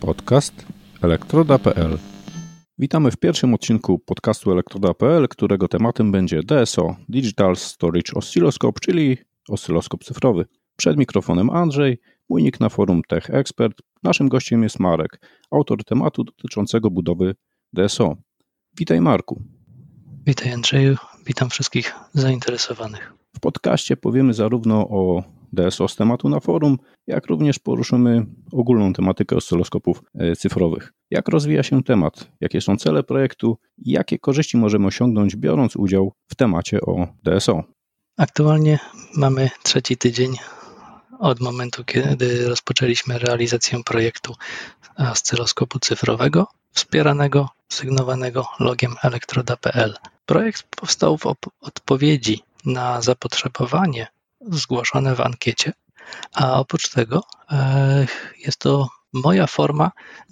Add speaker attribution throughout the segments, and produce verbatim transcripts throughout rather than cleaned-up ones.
Speaker 1: Podcast elektroda kropka p l. Witamy w pierwszym odcinku podcastu elektroda kropka p l, którego tematem będzie D S O, Digital Storage Oscilloscope, czyli oscyloskop cyfrowy. Przed mikrofonem Andrzej, mój nick na forum TechExpert. Naszym gościem jest Marek, autor tematu dotyczącego budowy D S O. Witaj, Marku.
Speaker 2: Witaj, Andrzeju. Witam wszystkich zainteresowanych.
Speaker 1: W podcaście powiemy zarówno o D S O z tematu na forum, jak również poruszymy ogólną tematykę oscyloskopów cyfrowych. Jak rozwija się temat, jakie są cele projektu i jakie korzyści możemy osiągnąć, biorąc udział w temacie o D S O.
Speaker 2: Aktualnie mamy trzeci tydzień od momentu, kiedy rozpoczęliśmy realizację projektu oscyloskopu cyfrowego, wspieranego, sygnowanego logiem elektroda kropka p l. Projekt powstał w op- odpowiedzi na zapotrzebowanie zgłoszone w ankiecie, a oprócz tego e, jest to moja forma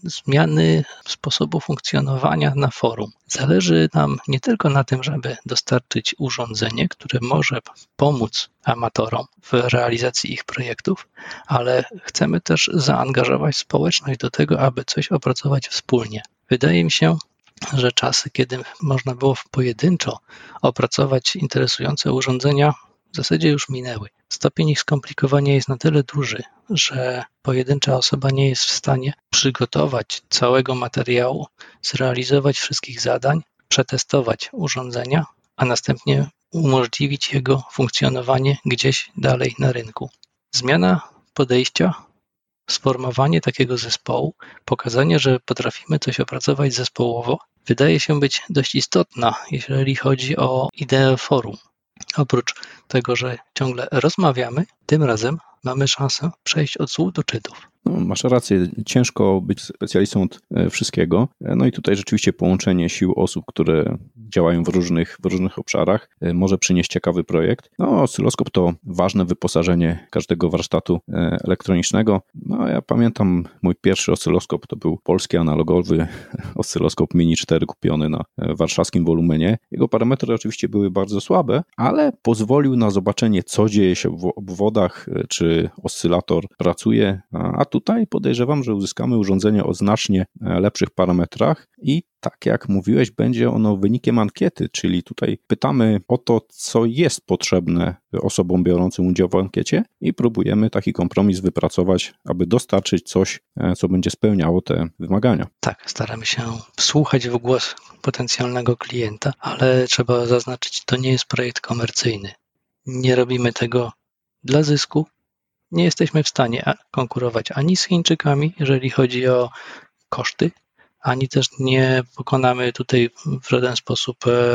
Speaker 2: zmiany sposobu funkcjonowania na forum. Zależy nam nie tylko na tym, żeby dostarczyć urządzenie, które może pomóc amatorom w realizacji ich projektów, ale chcemy też zaangażować społeczność do tego, aby coś opracować wspólnie. Wydaje mi się, że czasy, kiedy można było pojedynczo opracować interesujące urządzenia, w zasadzie już minęły. Stopień ich skomplikowania jest na tyle duży, że pojedyncza osoba nie jest w stanie przygotować całego materiału, zrealizować wszystkich zadań, przetestować urządzenia, a następnie umożliwić jego funkcjonowanie gdzieś dalej na rynku. Zmiana podejścia, sformowanie takiego zespołu, pokazanie, że potrafimy coś opracować zespołowo, wydaje się być dość istotna, jeżeli chodzi o ideę forum. Oprócz tego, że ciągle rozmawiamy, tym razem mamy szansę przejść od słów do czynów.
Speaker 1: No, masz rację, ciężko być specjalistą od wszystkiego. No i tutaj rzeczywiście połączenie sił osób, które działają w różnych, w różnych obszarach, może przynieść ciekawy projekt. No, oscyloskop to ważne wyposażenie każdego warsztatu elektronicznego. No, ja pamiętam, mój pierwszy oscyloskop to był polski analogowy oscyloskop Mini cztery kupiony na warszawskim Wolumenie. Jego parametry oczywiście były bardzo słabe, ale pozwolił na zobaczenie, co dzieje się w obwodach, czy oscylator pracuje, a tutaj podejrzewam, że uzyskamy urządzenie o znacznie lepszych parametrach i tak jak mówiłeś, będzie ono wynikiem ankiety, czyli tutaj pytamy o to, co jest potrzebne osobom biorącym udział w ankiecie i próbujemy taki kompromis wypracować, aby dostarczyć coś, co będzie spełniało te wymagania.
Speaker 2: Tak, staramy się wsłuchać w głos potencjalnego klienta, ale trzeba zaznaczyć, to nie jest projekt komercyjny. Nie robimy tego dla zysku. Nie jesteśmy w stanie konkurować ani z Chińczykami, jeżeli chodzi o koszty, ani też nie pokonamy tutaj w żaden sposób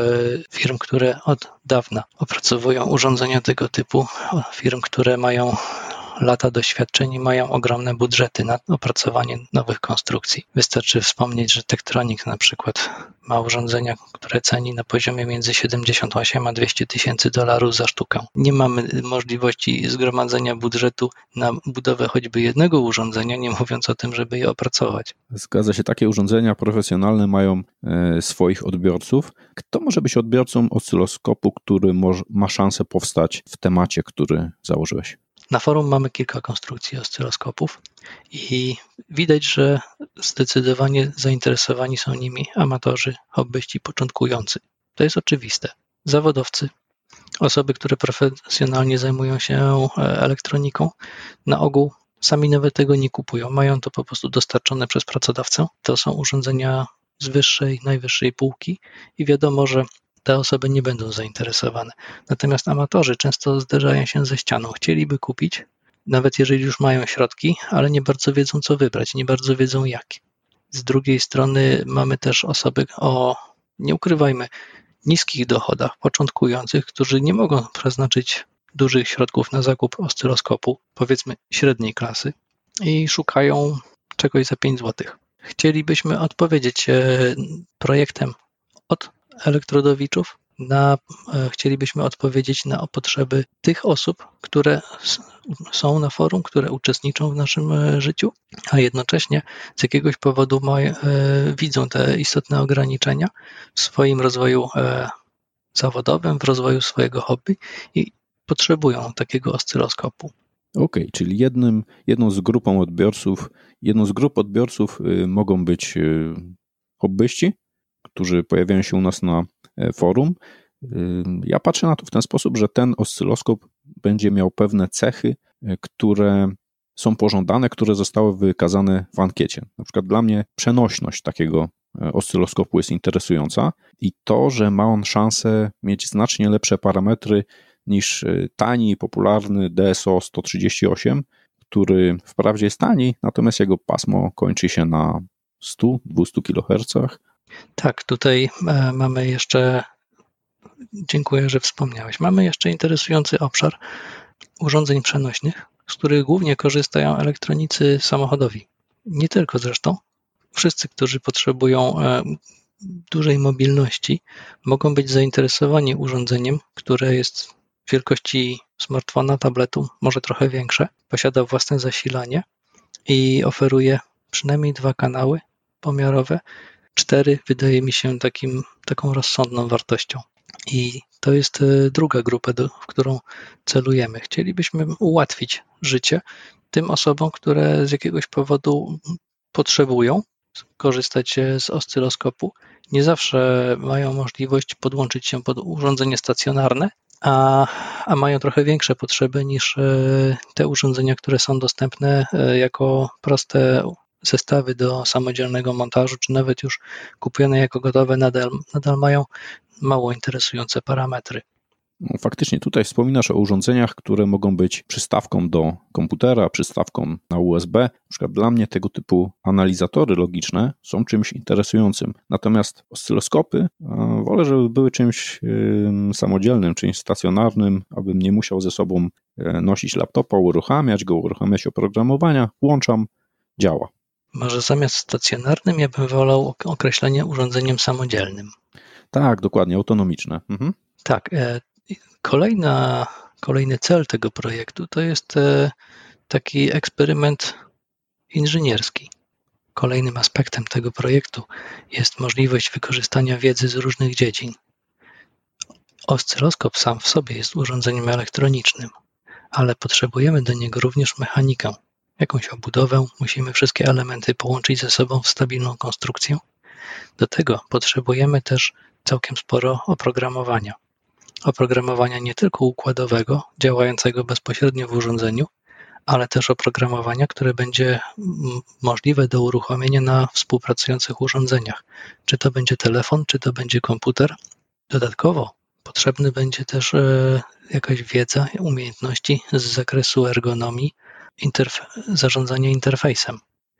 Speaker 2: firm, które od dawna opracowują urządzenia tego typu, firm, które mają lata doświadczeń i mają ogromne budżety na opracowanie nowych konstrukcji. Wystarczy wspomnieć, że Tektronix na przykład ma urządzenia, które ceni na poziomie między siedemdziesiąt osiem a dwieście tysięcy dolarów za sztukę. Nie mamy możliwości zgromadzenia budżetu na budowę choćby jednego urządzenia, nie mówiąc o tym, żeby je opracować.
Speaker 1: Zgadza się, takie urządzenia profesjonalne mają e, swoich odbiorców. Kto może być odbiorcą oscyloskopu, który może, ma szansę powstać w temacie, który założyłeś?
Speaker 2: Na forum mamy kilka konstrukcji oscyloskopów i widać, że zdecydowanie zainteresowani są nimi amatorzy, hobbyści, początkujący. To jest oczywiste. Zawodowcy, osoby, które profesjonalnie zajmują się elektroniką, na ogół sami nawet tego nie kupują. Mają to po prostu dostarczone przez pracodawcę. To są urządzenia z wyższej, najwyższej półki i wiadomo, że te osoby nie będą zainteresowane. Natomiast amatorzy często zderzają się ze ścianą. Chcieliby kupić, nawet jeżeli już mają środki, ale nie bardzo wiedzą, co wybrać, nie bardzo wiedzą jak. Z drugiej strony mamy też osoby o, nie ukrywajmy, niskich dochodach, początkujących, którzy nie mogą przeznaczyć dużych środków na zakup oscyloskopu, powiedzmy średniej klasy, i szukają czegoś za pięć złotych. Chcielibyśmy odpowiedzieć projektem od elektrodowiczów, na, chcielibyśmy odpowiedzieć na potrzeby tych osób, które są na forum, które uczestniczą w naszym życiu, a jednocześnie z jakiegoś powodu mają, widzą te istotne ograniczenia w swoim rozwoju zawodowym, w rozwoju swojego hobby i potrzebują takiego oscyloskopu.
Speaker 1: Okej, okay, czyli jednym, jedną z grupą odbiorców, jedną z grup odbiorców y, mogą być y, hobbyści, którzy pojawiają się u nas na y, forum. Y, ja patrzę na to w ten sposób, że ten oscyloskop będzie miał pewne cechy, y, które są pożądane, które zostały wykazane w ankiecie. Na przykład dla mnie przenośność takiego oscyloskopu jest interesująca i to, że ma on szansę mieć znacznie lepsze parametry niż tani, popularny D S O sto trzydzieści osiem, który wprawdzie jest tani, natomiast jego pasmo kończy się na sto do dwustu kiloherców.
Speaker 2: Tak, tutaj mamy jeszcze, dziękuję, że wspomniałeś, mamy jeszcze interesujący obszar urządzeń przenośnych, z których głównie korzystają elektronicy samochodowi. Nie tylko zresztą. Wszyscy, którzy potrzebują dużej mobilności, mogą być zainteresowani urządzeniem, które jest wielkości smartfona, tabletu, może trochę większe, posiada własne zasilanie i oferuje przynajmniej dwa kanały pomiarowe. Cztery wydaje mi się takim, taką rozsądną wartością. I to jest druga grupa, do, w którą celujemy. Chcielibyśmy ułatwić życie tym osobom, które z jakiegoś powodu potrzebują korzystać z oscyloskopu. Nie zawsze mają możliwość podłączyć się pod urządzenie stacjonarne, a, a mają trochę większe potrzeby niż te urządzenia, które są dostępne jako proste zestawy do samodzielnego montażu, czy nawet już kupione jako gotowe, nadal, nadal mają mało interesujące parametry.
Speaker 1: No, faktycznie tutaj wspominasz o urządzeniach, które mogą być przystawką do komputera, przystawką na U S B. Na przykład dla mnie tego typu analizatory logiczne są czymś interesującym. Natomiast oscyloskopy wolę, żeby były czymś samodzielnym, czymś stacjonarnym, abym nie musiał ze sobą nosić laptopa, uruchamiać go, uruchamiać oprogramowania. Włączam, działa.
Speaker 2: Może zamiast stacjonarnym ja bym wolał określenie urządzeniem samodzielnym.
Speaker 1: Tak, dokładnie, autonomiczne. Mhm.
Speaker 2: Tak. Kolejna, kolejny cel tego projektu to jest taki eksperyment inżynierski. Kolejnym aspektem tego projektu jest możliwość wykorzystania wiedzy z różnych dziedzin. Oscyloskop sam w sobie jest urządzeniem elektronicznym, ale potrzebujemy do niego również mechanikę, jakąś obudowę, musimy wszystkie elementy połączyć ze sobą w stabilną konstrukcję. Do tego potrzebujemy też całkiem sporo oprogramowania. Oprogramowania nie tylko układowego, działającego bezpośrednio w urządzeniu, ale też oprogramowania, które będzie możliwe do uruchomienia na współpracujących urządzeniach. Czy to będzie telefon, czy to będzie komputer. Dodatkowo potrzebny będzie też jakaś wiedza, umiejętności z zakresu ergonomii, interfe- zarządzania interfejsem.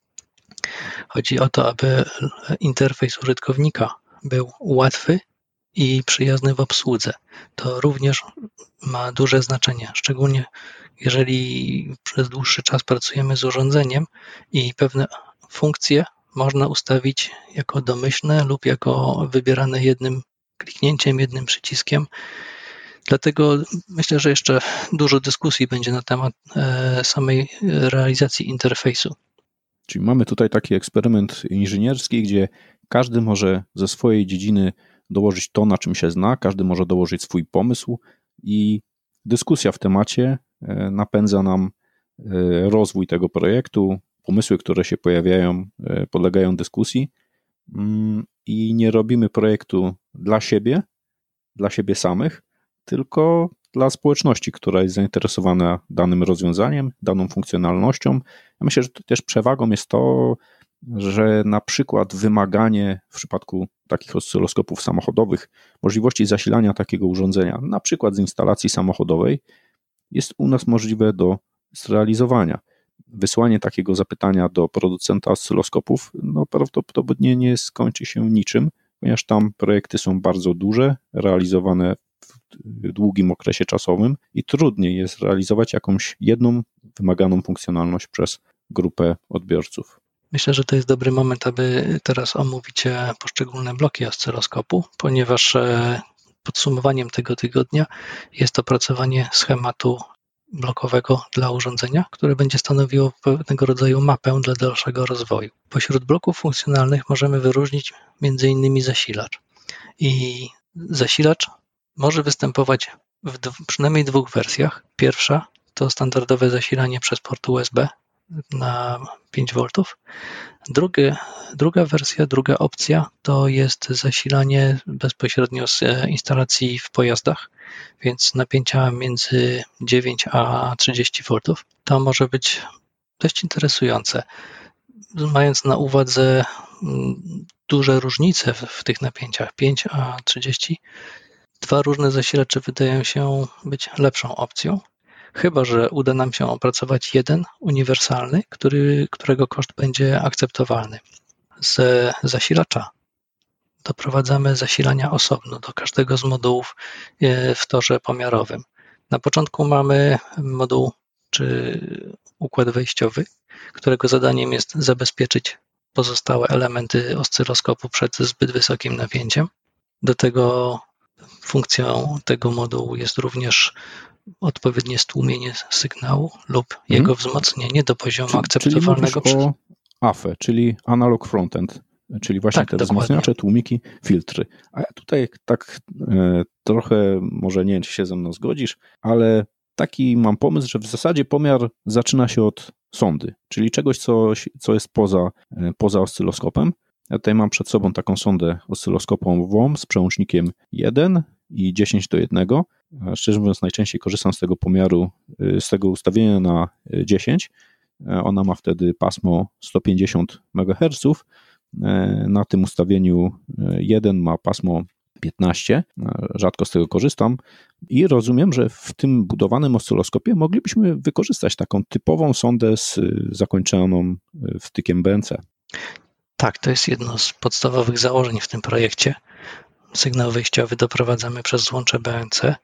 Speaker 2: Chodzi o to, aby interfejs użytkownika był łatwy i przyjazny w obsłudze. To również ma duże znaczenie, szczególnie jeżeli przez dłuższy czas pracujemy z urządzeniem i pewne funkcje można ustawić jako domyślne lub jako wybierane jednym kliknięciem, jednym przyciskiem. Dlatego myślę, że jeszcze dużo dyskusji będzie na temat samej realizacji interfejsu.
Speaker 1: Czyli mamy tutaj taki eksperyment inżynierski, gdzie każdy może ze swojej dziedziny dołożyć to, na czym się zna, każdy może dołożyć swój pomysł i dyskusja w temacie napędza nam rozwój tego projektu. Pomysły, które się pojawiają, podlegają dyskusji i nie robimy projektu dla siebie, dla siebie samych, tylko dla społeczności, która jest zainteresowana danym rozwiązaniem, daną funkcjonalnością. Ja myślę, że też przewagą jest to, że na przykład wymaganie w przypadku takich oscyloskopów samochodowych możliwości zasilania takiego urządzenia, na przykład z instalacji samochodowej, jest u nas możliwe do zrealizowania. Wysłanie takiego zapytania do producenta oscyloskopów no prawdopodobnie nie skończy się niczym, ponieważ tam projekty są bardzo duże, realizowane w długim okresie czasowym i trudniej jest realizować jakąś jedną wymaganą funkcjonalność przez grupę odbiorców.
Speaker 2: Myślę, że to jest dobry moment, aby teraz omówić poszczególne bloki oscyloskopu, ponieważ podsumowaniem tego tygodnia jest opracowanie schematu blokowego dla urządzenia, które będzie stanowiło pewnego rodzaju mapę dla dalszego rozwoju. Pośród bloków funkcjonalnych możemy wyróżnić między innymi zasilacz. I zasilacz może występować w d- przynajmniej dwóch wersjach. Pierwsza to standardowe zasilanie przez port U S B na pięć woltów. Drugie, druga wersja, druga opcja to jest zasilanie bezpośrednio z instalacji w pojazdach, więc napięcia między dziewięć a trzydzieści woltów. To może być dość interesujące, mając na uwadze duże różnice w, w tych napięciach pięć a trzydzieści. Dwa różne zasilacze wydają się być lepszą opcją, chyba że uda nam się opracować jeden uniwersalny, który, którego koszt będzie akceptowalny. Z zasilacza doprowadzamy zasilania osobno do każdego z modułów w torze pomiarowym. Na początku mamy moduł czy układ wejściowy, którego zadaniem jest zabezpieczyć pozostałe elementy oscyloskopu przed zbyt wysokim napięciem. Do tego funkcją tego modułu jest również odpowiednie stłumienie sygnału lub hmm. jego wzmocnienie do poziomu
Speaker 1: czyli,
Speaker 2: akceptowalnego.
Speaker 1: Czyli mówisz o A F E, czyli Analog Frontend, czyli właśnie tak, te dokładnie. Wzmacniacze, tłumiki, filtry. A ja tutaj tak e, trochę, może nie wiem, czy się ze mną zgodzisz, ale taki mam pomysł, że w zasadzie pomiar zaczyna się od sondy, czyli czegoś, co, co jest poza, e, poza oscyloskopem. Ja tutaj mam przed sobą taką sondę oscyloskopową z przełącznikiem jeden i dziesięć do jednego. Szczerze mówiąc, najczęściej korzystam z tego pomiaru, z tego ustawienia na dziesięć. Ona ma wtedy pasmo sto pięćdziesiąt megaherców. Na tym ustawieniu jeden ma pasmo piętnaście. Rzadko z tego korzystam. I rozumiem, że w tym budowanym oscyloskopie moglibyśmy wykorzystać taką typową sondę z zakończoną wtykiem B N C.
Speaker 2: Tak, to jest jedno z podstawowych założeń w tym projekcie. Sygnał wyjściowy doprowadzamy przez złącze B N C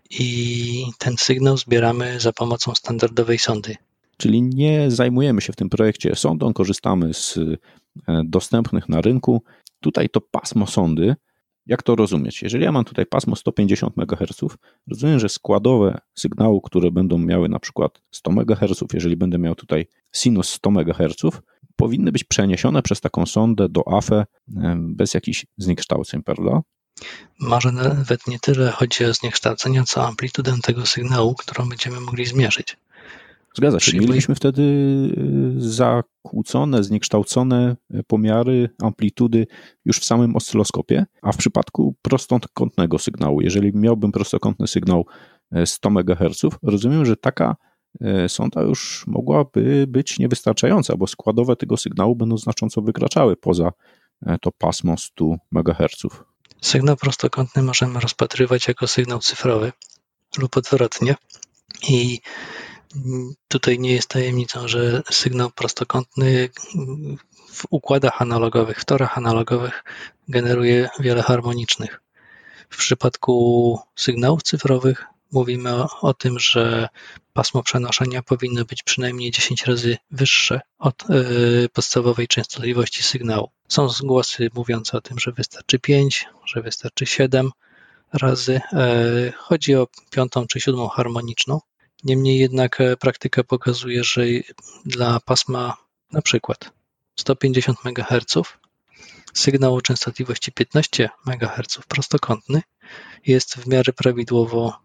Speaker 2: i ten sygnał zbieramy za pomocą standardowej sondy.
Speaker 1: Czyli nie zajmujemy się w tym projekcie sondą, korzystamy z dostępnych na rynku. Tutaj to pasmo sondy, jak to rozumieć? Jeżeli ja mam tutaj pasmo sto pięćdziesiąt megaherców, rozumiem, że składowe sygnału, które będą miały na przykład sto megaherców, jeżeli będę miał tutaj sinus sto megaherców, powinny być przeniesione przez taką sondę do A F E bez jakichś zniekształceń, prawda?
Speaker 2: Może nawet nie tyle chodzi o zniekształcenia, co amplitudę tego sygnału, którą będziemy mogli zmierzyć.
Speaker 1: Zgadza się. Mielibyśmy wtedy zakłócone, zniekształcone pomiary amplitudy już w samym oscyloskopie, a w przypadku prostokątnego sygnału, jeżeli miałbym prostokątny sygnał sto megaherców, rozumiem, że taka sonda już mogłaby być niewystarczająca, bo składowe tego sygnału będą znacząco wykraczały poza to pasmo sto megaherców.
Speaker 2: Sygnał prostokątny możemy rozpatrywać jako sygnał cyfrowy lub odwrotnie i tutaj nie jest tajemnicą, że sygnał prostokątny w układach analogowych, w torach analogowych generuje wiele harmonicznych. W przypadku sygnałów cyfrowych mówimy o, o tym, że pasmo przenoszenia powinno być przynajmniej dziesięć razy wyższe od y, podstawowej częstotliwości sygnału. Są głosy mówiące o tym, że wystarczy pięć, że wystarczy siedem razy. Y, chodzi o piątą czy siódmą harmoniczną. Niemniej jednak praktyka pokazuje, że dla pasma na przykład sto pięćdziesiąt megaherców sygnał o częstotliwości piętnaście megaherców prostokątny jest w miarę prawidłowo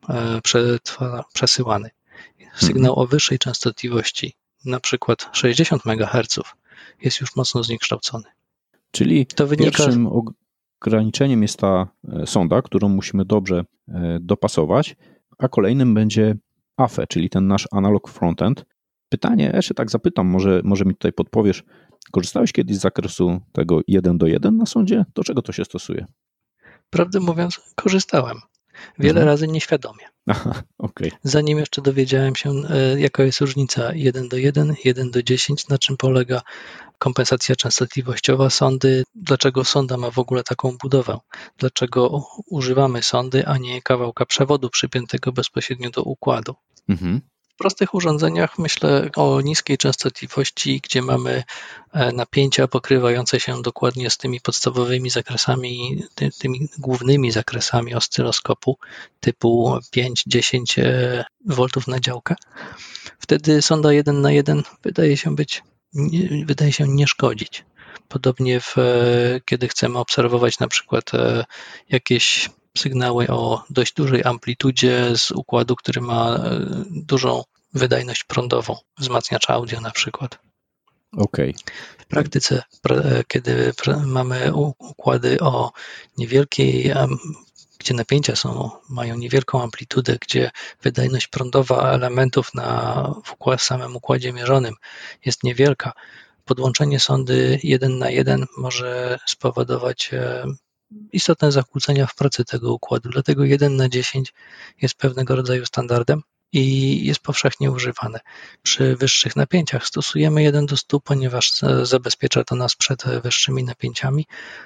Speaker 2: przesyłany. Sygnał o wyższej częstotliwości, na przykład sześćdziesiąt megaherców, jest już mocno zniekształcony.
Speaker 1: Czyli to wynika... pierwszym ograniczeniem jest ta sonda, którą musimy dobrze dopasować, a kolejnym będzie A F E, czyli ten nasz analog frontend. Pytanie, ja się tak zapytam, może, może mi tutaj podpowiesz, korzystałeś kiedyś z zakresu tego jeden do jeden na sondzie? Do czego to się stosuje?
Speaker 2: Prawdę mówiąc, korzystałem. Wiele mhm. razy nieświadomie.
Speaker 1: Aha, okay.
Speaker 2: Zanim jeszcze dowiedziałem się, jaka jest różnica jeden do jeden, jeden do dziesięć, na czym polega kompensacja częstotliwościowa sondy, dlaczego sonda ma w ogóle taką budowę, dlaczego używamy sondy, a nie kawałka przewodu przypiętego bezpośrednio do układu. Mhm. W prostych urządzeniach myślę o niskiej częstotliwości, gdzie mamy napięcia pokrywające się dokładnie z tymi podstawowymi zakresami, ty, tymi głównymi zakresami oscyloskopu typu pięć do dziesięciu woltów na działkę. Wtedy sonda jeden na jeden wydaje się być, nie, wydaje się nie szkodzić. Podobnie w, kiedy chcemy obserwować na przykład jakieś sygnały o dość dużej amplitudzie z układu, który ma dużą wydajność prądową, wzmacniacza audio na przykład.
Speaker 1: Okej.
Speaker 2: W praktyce, kiedy mamy układy o niewielkiej, gdzie napięcia są, mają niewielką amplitudę, gdzie wydajność prądowa elementów na, w, układ, w samym układzie mierzonym jest niewielka, podłączenie sondy jeden na jeden może spowodować istotne zakłócenia w pracy tego układu. Dlatego jeden na dziesięć jest pewnego rodzaju standardem i jest powszechnie używane. Przy wyższych napięciach stosujemy jeden do stu, ponieważ zabezpiecza to nas przed wyższymi napięciami,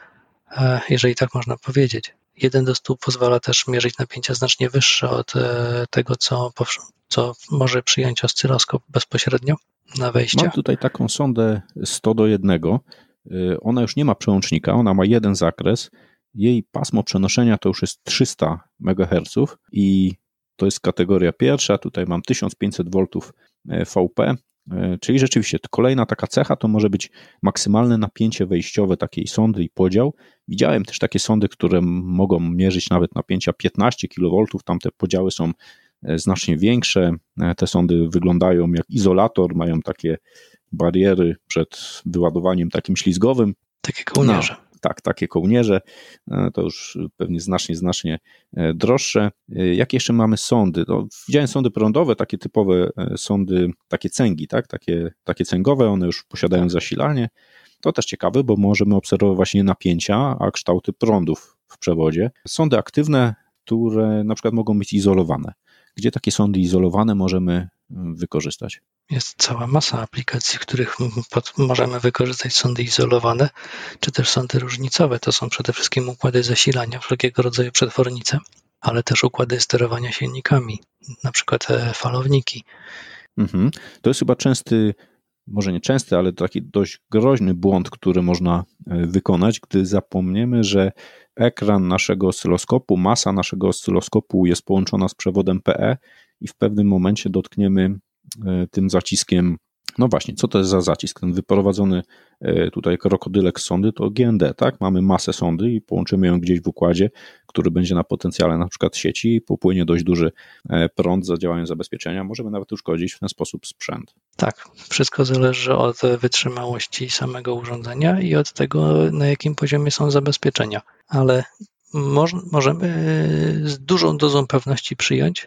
Speaker 2: jeżeli tak można powiedzieć. jeden do stu pozwala też mierzyć napięcia znacznie wyższe od tego, co, co może przyjąć oscyloskop bezpośrednio na wejście.
Speaker 1: Mam tutaj taką sondę sto do jednego. Ona już nie ma przełącznika, ona ma jeden zakres. Jej pasmo przenoszenia to już jest trzysta megaherców i to jest kategoria pierwsza. Tutaj mam tysiąc pięćset woltów V P, czyli rzeczywiście kolejna taka cecha to może być maksymalne napięcie wejściowe takiej sondy i podział. Widziałem też takie sondy, które mogą mierzyć nawet napięcia piętnaście kilowoltów. Tam te podziały są znacznie większe. Te sondy wyglądają jak izolator, mają takie bariery przed wyładowaniem takim ślizgowym.
Speaker 2: Takie kołnierze.
Speaker 1: No, tak, takie kołnierze. To już pewnie znacznie, znacznie droższe. Jakie jeszcze mamy sondy? No, widziałem sondy prądowe, takie typowe sondy, takie cęgi, tak? takie, takie cęgowe, one już posiadają zasilanie. To też ciekawe, bo możemy obserwować nie napięcia, a kształty prądów w przewodzie. Sondy aktywne, które na przykład mogą być izolowane. Gdzie takie sondy izolowane możemy wykorzystać?
Speaker 2: Jest cała masa aplikacji, w których możemy wykorzystać sondy izolowane, czy też sondy różnicowe. To są przede wszystkim układy zasilania, wszelkiego rodzaju przetwornice, ale też układy sterowania silnikami, na przykład falowniki.
Speaker 1: Mhm. To jest chyba częsty, może nie częsty, ale taki dość groźny błąd, który można wykonać, gdy zapomniemy, że ekran naszego oscyloskopu, masa naszego oscyloskopu jest połączona z przewodem P E i w pewnym momencie dotkniemy tym zaciskiem, no właśnie, co to jest za zacisk? Ten wyprowadzony tutaj krokodylek z sondy to G N D, tak? Mamy masę sondy i połączymy ją gdzieś w układzie, który będzie na potencjale na przykład sieci i popłynie dość duży prąd za działaniem zabezpieczenia. Możemy nawet uszkodzić w ten sposób sprzęt.
Speaker 2: Tak, wszystko zależy od wytrzymałości samego urządzenia i od tego, na jakim poziomie są zabezpieczenia, ale możemy z dużą dozą pewności przyjąć,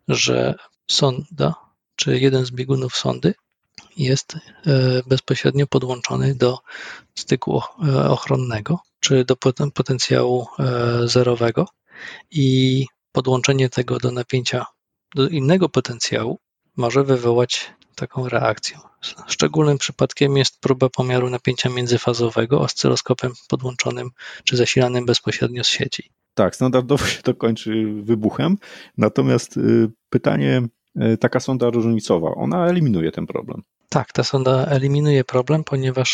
Speaker 2: że sonda, czy jeden z biegunów sondy jest bezpośrednio podłączony do styku ochronnego, czy do potencjału zerowego i podłączenie tego do napięcia do innego potencjału może wywołać taką reakcję. Szczególnym przypadkiem jest próba pomiaru napięcia międzyfazowego oscyloskopem podłączonym czy zasilanym bezpośrednio z sieci.
Speaker 1: Tak, standardowo się to kończy wybuchem, natomiast pytanie, taka sonda różnicowa, ona eliminuje ten problem.
Speaker 2: Tak, ta sonda eliminuje problem, ponieważ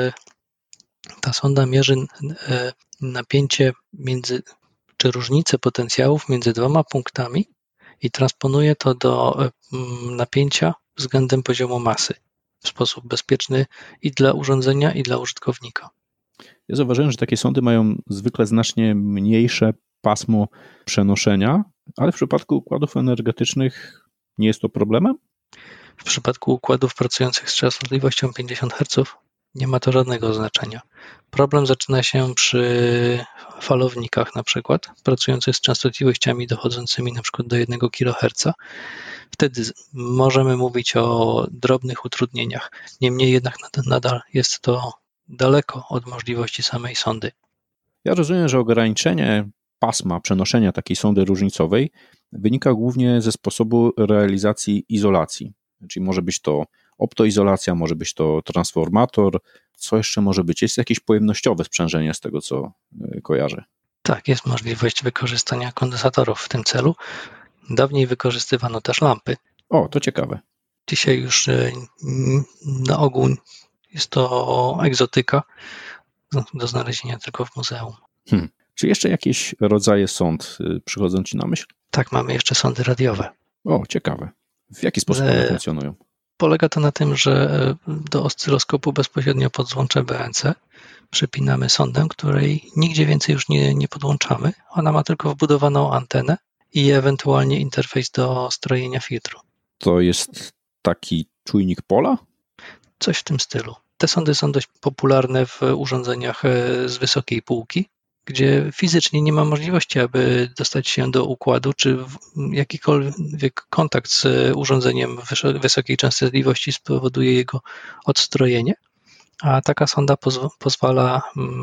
Speaker 2: ta sonda mierzy napięcie między, czy różnicę potencjałów między dwoma punktami i transponuje to do napięcia względem poziomu masy w sposób bezpieczny i dla urządzenia, i dla użytkownika.
Speaker 1: Ja zauważyłem, że takie sondy mają zwykle znacznie mniejsze pasmo przenoszenia, ale w przypadku układów energetycznych nie jest to problemem?
Speaker 2: W przypadku układów pracujących z częstotliwością pięćdziesiąt herców nie ma to żadnego znaczenia. Problem zaczyna się przy falownikach na przykład, pracujących z częstotliwościami dochodzącymi na przykład do jednego kiloherca. Wtedy możemy mówić o drobnych utrudnieniach. Niemniej jednak nadal jest to daleko od możliwości samej sondy.
Speaker 1: Ja rozumiem, że ograniczenie pasma przenoszenia takiej sondy różnicowej wynika głównie ze sposobu realizacji izolacji. Czyli może być to optoizolacja, może być to transformator. Co jeszcze może być? Jest jakieś pojemnościowe sprzężenie z tego, co kojarzę.
Speaker 2: Tak, jest możliwość wykorzystania kondensatorów w tym celu. Dawniej wykorzystywano też lampy.
Speaker 1: O, to ciekawe.
Speaker 2: Dzisiaj już na ogół jest to egzotyka do znalezienia tylko w muzeum.
Speaker 1: Hmm. Czy jeszcze jakieś rodzaje sond przychodzą Ci na myśl?
Speaker 2: Tak, mamy jeszcze sondy radiowe.
Speaker 1: O, ciekawe. W jaki sposób one funkcjonują?
Speaker 2: Polega to na tym, że do oscyloskopu bezpośrednio pod złącze B N C przypinamy sondę, której nigdzie więcej już nie, nie podłączamy. Ona ma tylko wbudowaną antenę i ewentualnie interfejs do strojenia filtru.
Speaker 1: To jest taki czujnik pola?
Speaker 2: Coś w tym stylu. Te sondy są dość popularne w urządzeniach z wysokiej półki, gdzie fizycznie nie ma możliwości, aby dostać się do układu, czy jakikolwiek kontakt z urządzeniem wysokiej częstotliwości spowoduje jego odstrojenie, a taka sonda pozw- pozwala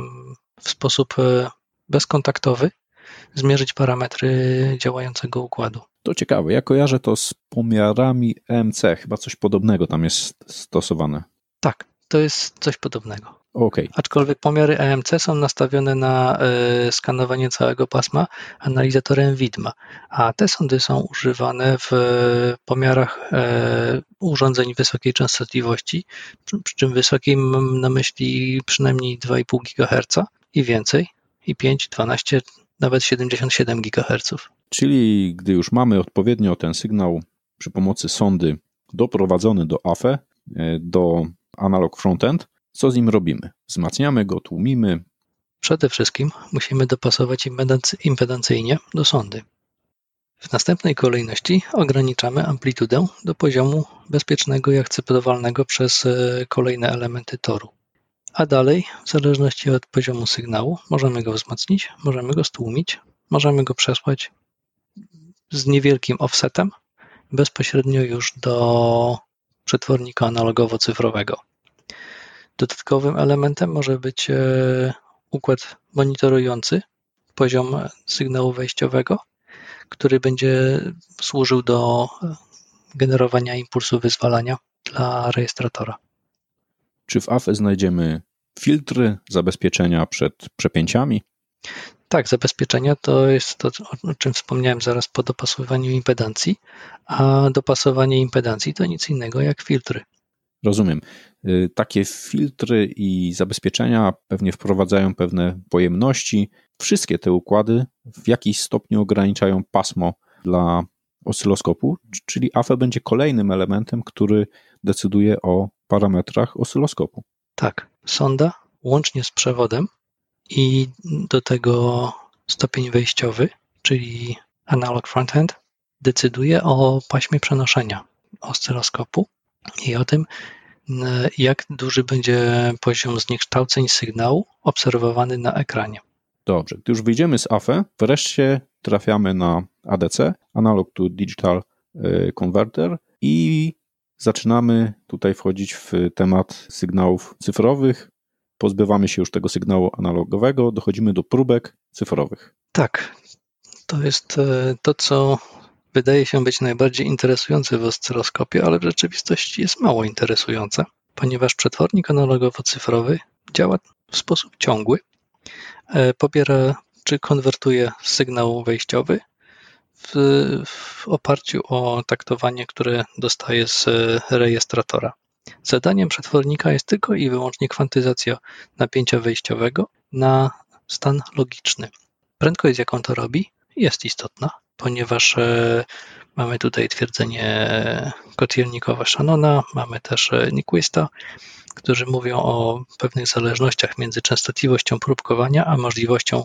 Speaker 2: w sposób bezkontaktowy zmierzyć parametry działającego układu.
Speaker 1: To ciekawe, ja kojarzę to z pomiarami E M C, chyba coś podobnego tam jest stosowane.
Speaker 2: Tak, to jest coś podobnego.
Speaker 1: Okay.
Speaker 2: Aczkolwiek pomiary E M C są nastawione na y, skanowanie całego pasma analizatorem widma, a te sondy są używane w y, pomiarach y, urządzeń wysokiej częstotliwości, przy, przy czym wysokiej mam na myśli przynajmniej dwa i pół gigaherca i więcej, i pięć, dwanaście, nawet siedemdziesiąt siedem gigaherców.
Speaker 1: Czyli gdy już mamy odpowiednio ten sygnał przy pomocy sondy doprowadzony do A F E, do analog frontend, co z nim robimy? Wzmacniamy go, tłumimy?
Speaker 2: Przede wszystkim musimy dopasować impedancyjnie do sondy. W następnej kolejności ograniczamy amplitudę do poziomu bezpiecznego i akceptowalnego przez kolejne elementy toru. A dalej, w zależności od poziomu sygnału, możemy go wzmocnić, możemy go stłumić, możemy go przesłać z niewielkim offsetem bezpośrednio już do przetwornika analogowo-cyfrowego. Dodatkowym elementem może być układ monitorujący poziom sygnału wejściowego, który będzie służył do generowania impulsu wyzwalania dla rejestratora.
Speaker 1: Czy w A F E znajdziemy filtry, zabezpieczenia przed przepięciami?
Speaker 2: Tak, zabezpieczenia to jest to, o czym wspomniałem zaraz po dopasowaniu impedancji, a dopasowanie impedancji to nic innego jak filtry.
Speaker 1: Rozumiem. Takie filtry i zabezpieczenia pewnie wprowadzają pewne pojemności. Wszystkie te układy w jakiś stopniu ograniczają pasmo dla oscyloskopu, czyli A F E będzie kolejnym elementem, który decyduje o parametrach oscyloskopu.
Speaker 2: Tak, sonda łącznie z przewodem i do tego stopień wejściowy, czyli analog frontend, decyduje o paśmie przenoszenia oscyloskopu i o tym, jak duży będzie poziom zniekształceń sygnału obserwowany na ekranie.
Speaker 1: Dobrze, gdy już wyjdziemy z A F E, wreszcie trafiamy na A D C, Analog to Digital Converter, i zaczynamy tutaj wchodzić w temat sygnałów cyfrowych. Pozbywamy się już tego sygnału analogowego, dochodzimy do próbek cyfrowych.
Speaker 2: Tak, to jest to, co wydaje się być najbardziej interesujące w oscyloskopie, ale w rzeczywistości jest mało interesujące, ponieważ przetwornik analogowo-cyfrowy działa w sposób ciągły, pobiera czy konwertuje sygnał wejściowy w, w oparciu o taktowanie, które dostaje z rejestratora. Zadaniem przetwornika jest tylko i wyłącznie kwantyzacja napięcia wejściowego na stan logiczny. Prędkość, z jaką to robi, jest istotna, ponieważ mamy tutaj twierdzenie kotiernikowa-Shannona, mamy też Nyquista, którzy mówią o pewnych zależnościach między częstotliwością próbkowania a możliwością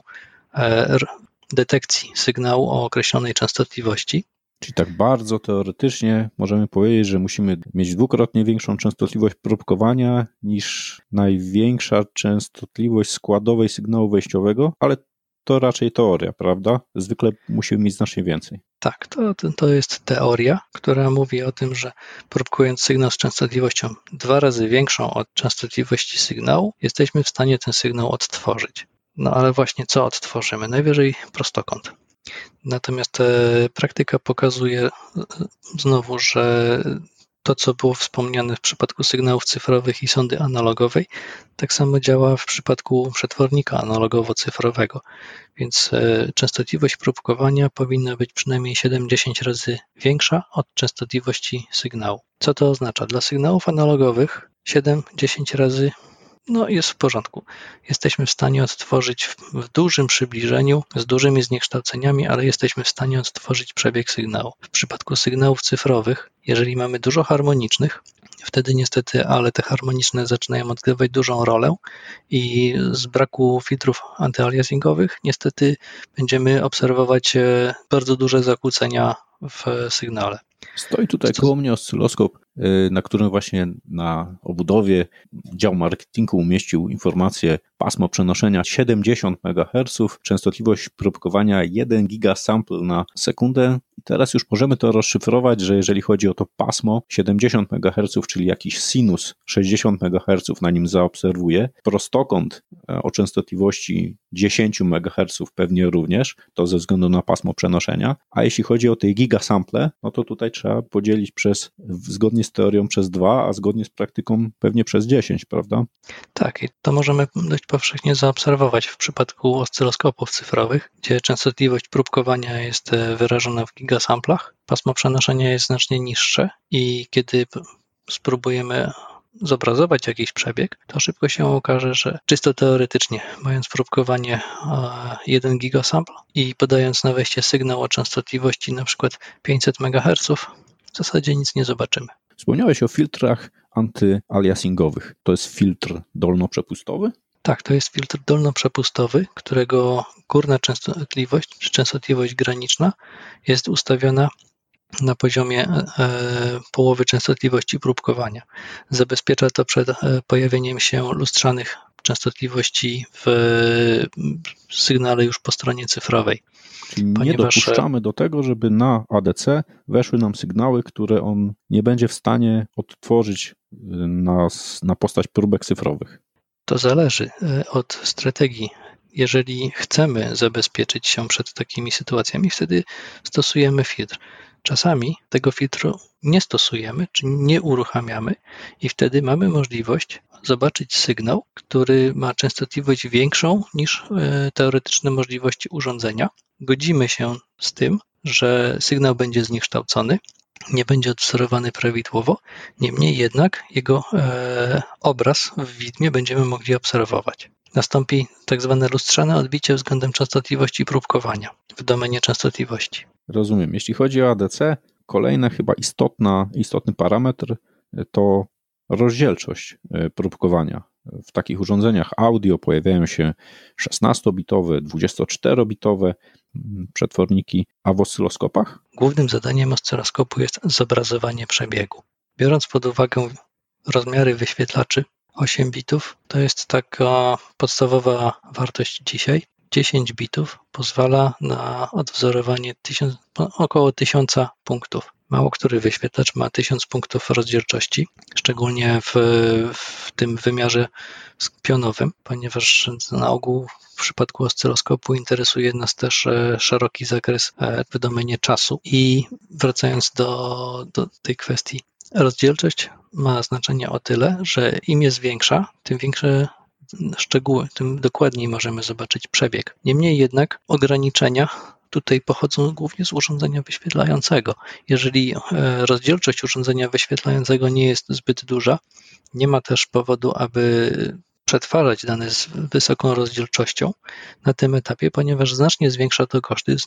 Speaker 2: detekcji sygnału o określonej częstotliwości.
Speaker 1: Czyli tak bardzo teoretycznie możemy powiedzieć, że musimy mieć dwukrotnie większą częstotliwość próbkowania niż największa częstotliwość składowej sygnału wejściowego, ale to raczej teoria, prawda? Zwykle musimy mieć znacznie więcej.
Speaker 2: Tak, to, to jest teoria, która mówi o tym, że próbkując sygnał z częstotliwością dwa razy większą od częstotliwości sygnału, jesteśmy w stanie ten sygnał odtworzyć. No ale właśnie co odtworzymy? Najwyżej prostokąt. Natomiast praktyka pokazuje znowu, że to, co było wspomniane w przypadku sygnałów cyfrowych i sondy analogowej, tak samo działa w przypadku przetwornika analogowo-cyfrowego, więc częstotliwość próbkowania powinna być przynajmniej siedem do dziesięciu razy większa od częstotliwości sygnału. Co to oznacza? Dla sygnałów analogowych siedem do dziesięciu razy no jest w porządku. Jesteśmy w stanie odtworzyć w dużym przybliżeniu, z dużymi zniekształceniami, ale jesteśmy w stanie odtworzyć przebieg sygnału. W przypadku sygnałów cyfrowych, jeżeli mamy dużo harmonicznych, wtedy niestety, ale te harmoniczne zaczynają odgrywać dużą rolę i z braku filtrów antyaliasingowych niestety będziemy obserwować bardzo duże zakłócenia w sygnale.
Speaker 1: Stoi tutaj koło mnie oscyloskop, na którym właśnie na obudowie dział marketingu umieścił informację pasmo przenoszenia siedemdziesiąt megaherców, częstotliwość próbkowania jeden gigasample na sekundę. I teraz już możemy to rozszyfrować, że jeżeli chodzi o to pasmo siedemdziesiąt megaherców, czyli jakiś sinus sześćdziesiąt megaherców na nim zaobserwuję, prostokąt o częstotliwości dziesięć megaherców pewnie również, to ze względu na pasmo przenoszenia, a jeśli chodzi o te gigasample, no to tutaj trzeba podzielić przez, zgodnie z teorią przez dwa, a zgodnie z praktyką pewnie przez dziesięć, prawda?
Speaker 2: Tak, i to możemy dość powszechnie zaobserwować w przypadku oscyloskopów cyfrowych, gdzie częstotliwość próbkowania jest wyrażona w gigasamplach, pasmo przenoszenia jest znacznie niższe i kiedy spróbujemy zobrazować jakiś przebieg, to szybko się okaże, że czysto teoretycznie, mając próbkowanie jeden gigasample i podając na wejście sygnał o częstotliwości na przykład pięćset megaherców, w zasadzie nic nie zobaczymy.
Speaker 1: Wspomniałeś o filtrach antyaliasingowych. To jest filtr dolnoprzepustowy?
Speaker 2: Tak, to jest filtr dolnoprzepustowy, którego górna częstotliwość czy częstotliwość graniczna jest ustawiona na poziomie e, połowy częstotliwości próbkowania. Zabezpiecza to przed e, pojawieniem się lustrzanych częstotliwości w e, sygnale już po stronie cyfrowej.
Speaker 1: Czyli nie dopuszczamy do tego, żeby na A D C weszły nam sygnały, które on nie będzie w stanie odtworzyć na, na postać próbek cyfrowych.
Speaker 2: To zależy od strategii. Jeżeli chcemy zabezpieczyć się przed takimi sytuacjami, wtedy stosujemy filtr. Czasami tego filtru nie stosujemy, czy nie uruchamiamy i wtedy mamy możliwość zobaczyć sygnał, który ma częstotliwość większą niż teoretyczne możliwości urządzenia. Godzimy się z tym, że sygnał będzie zniekształcony, nie będzie odwzorowany prawidłowo, niemniej jednak jego e, obraz w widmie będziemy mogli obserwować. Nastąpi tak zwane lustrzane odbicie względem częstotliwości próbkowania w domenie częstotliwości.
Speaker 1: Rozumiem. Jeśli chodzi o A D C, kolejny chyba istotna, istotny parametr to rozdzielczość próbkowania. W takich urządzeniach audio pojawiają się szesnastobitowe, dwudziestoczterobitowe przetworniki, a w oscyloskopach?
Speaker 2: Głównym zadaniem oscyloskopu jest zobrazowanie przebiegu. Biorąc pod uwagę rozmiary wyświetlaczy, osiem bitów to jest taka podstawowa wartość dzisiaj. dziesięć bitów pozwala na odwzorowanie tysiąc, około tysiąca punktów. Mało który wyświetlacz ma tysiąc punktów rozdzielczości, szczególnie w, w tym wymiarze pionowym, ponieważ na ogół w przypadku oscyloskopu interesuje nas też szeroki zakres w domenie czasu. I wracając do, do tej kwestii, rozdzielczość ma znaczenie o tyle, że im jest większa, tym większe szczegóły, tym dokładniej możemy zobaczyć przebieg. Niemniej jednak ograniczenia tutaj pochodzą głównie z urządzenia wyświetlającego. Jeżeli rozdzielczość urządzenia wyświetlającego nie jest zbyt duża, nie ma też powodu, aby przetwarzać dane z wysoką rozdzielczością na tym etapie, ponieważ znacznie zwiększa to koszty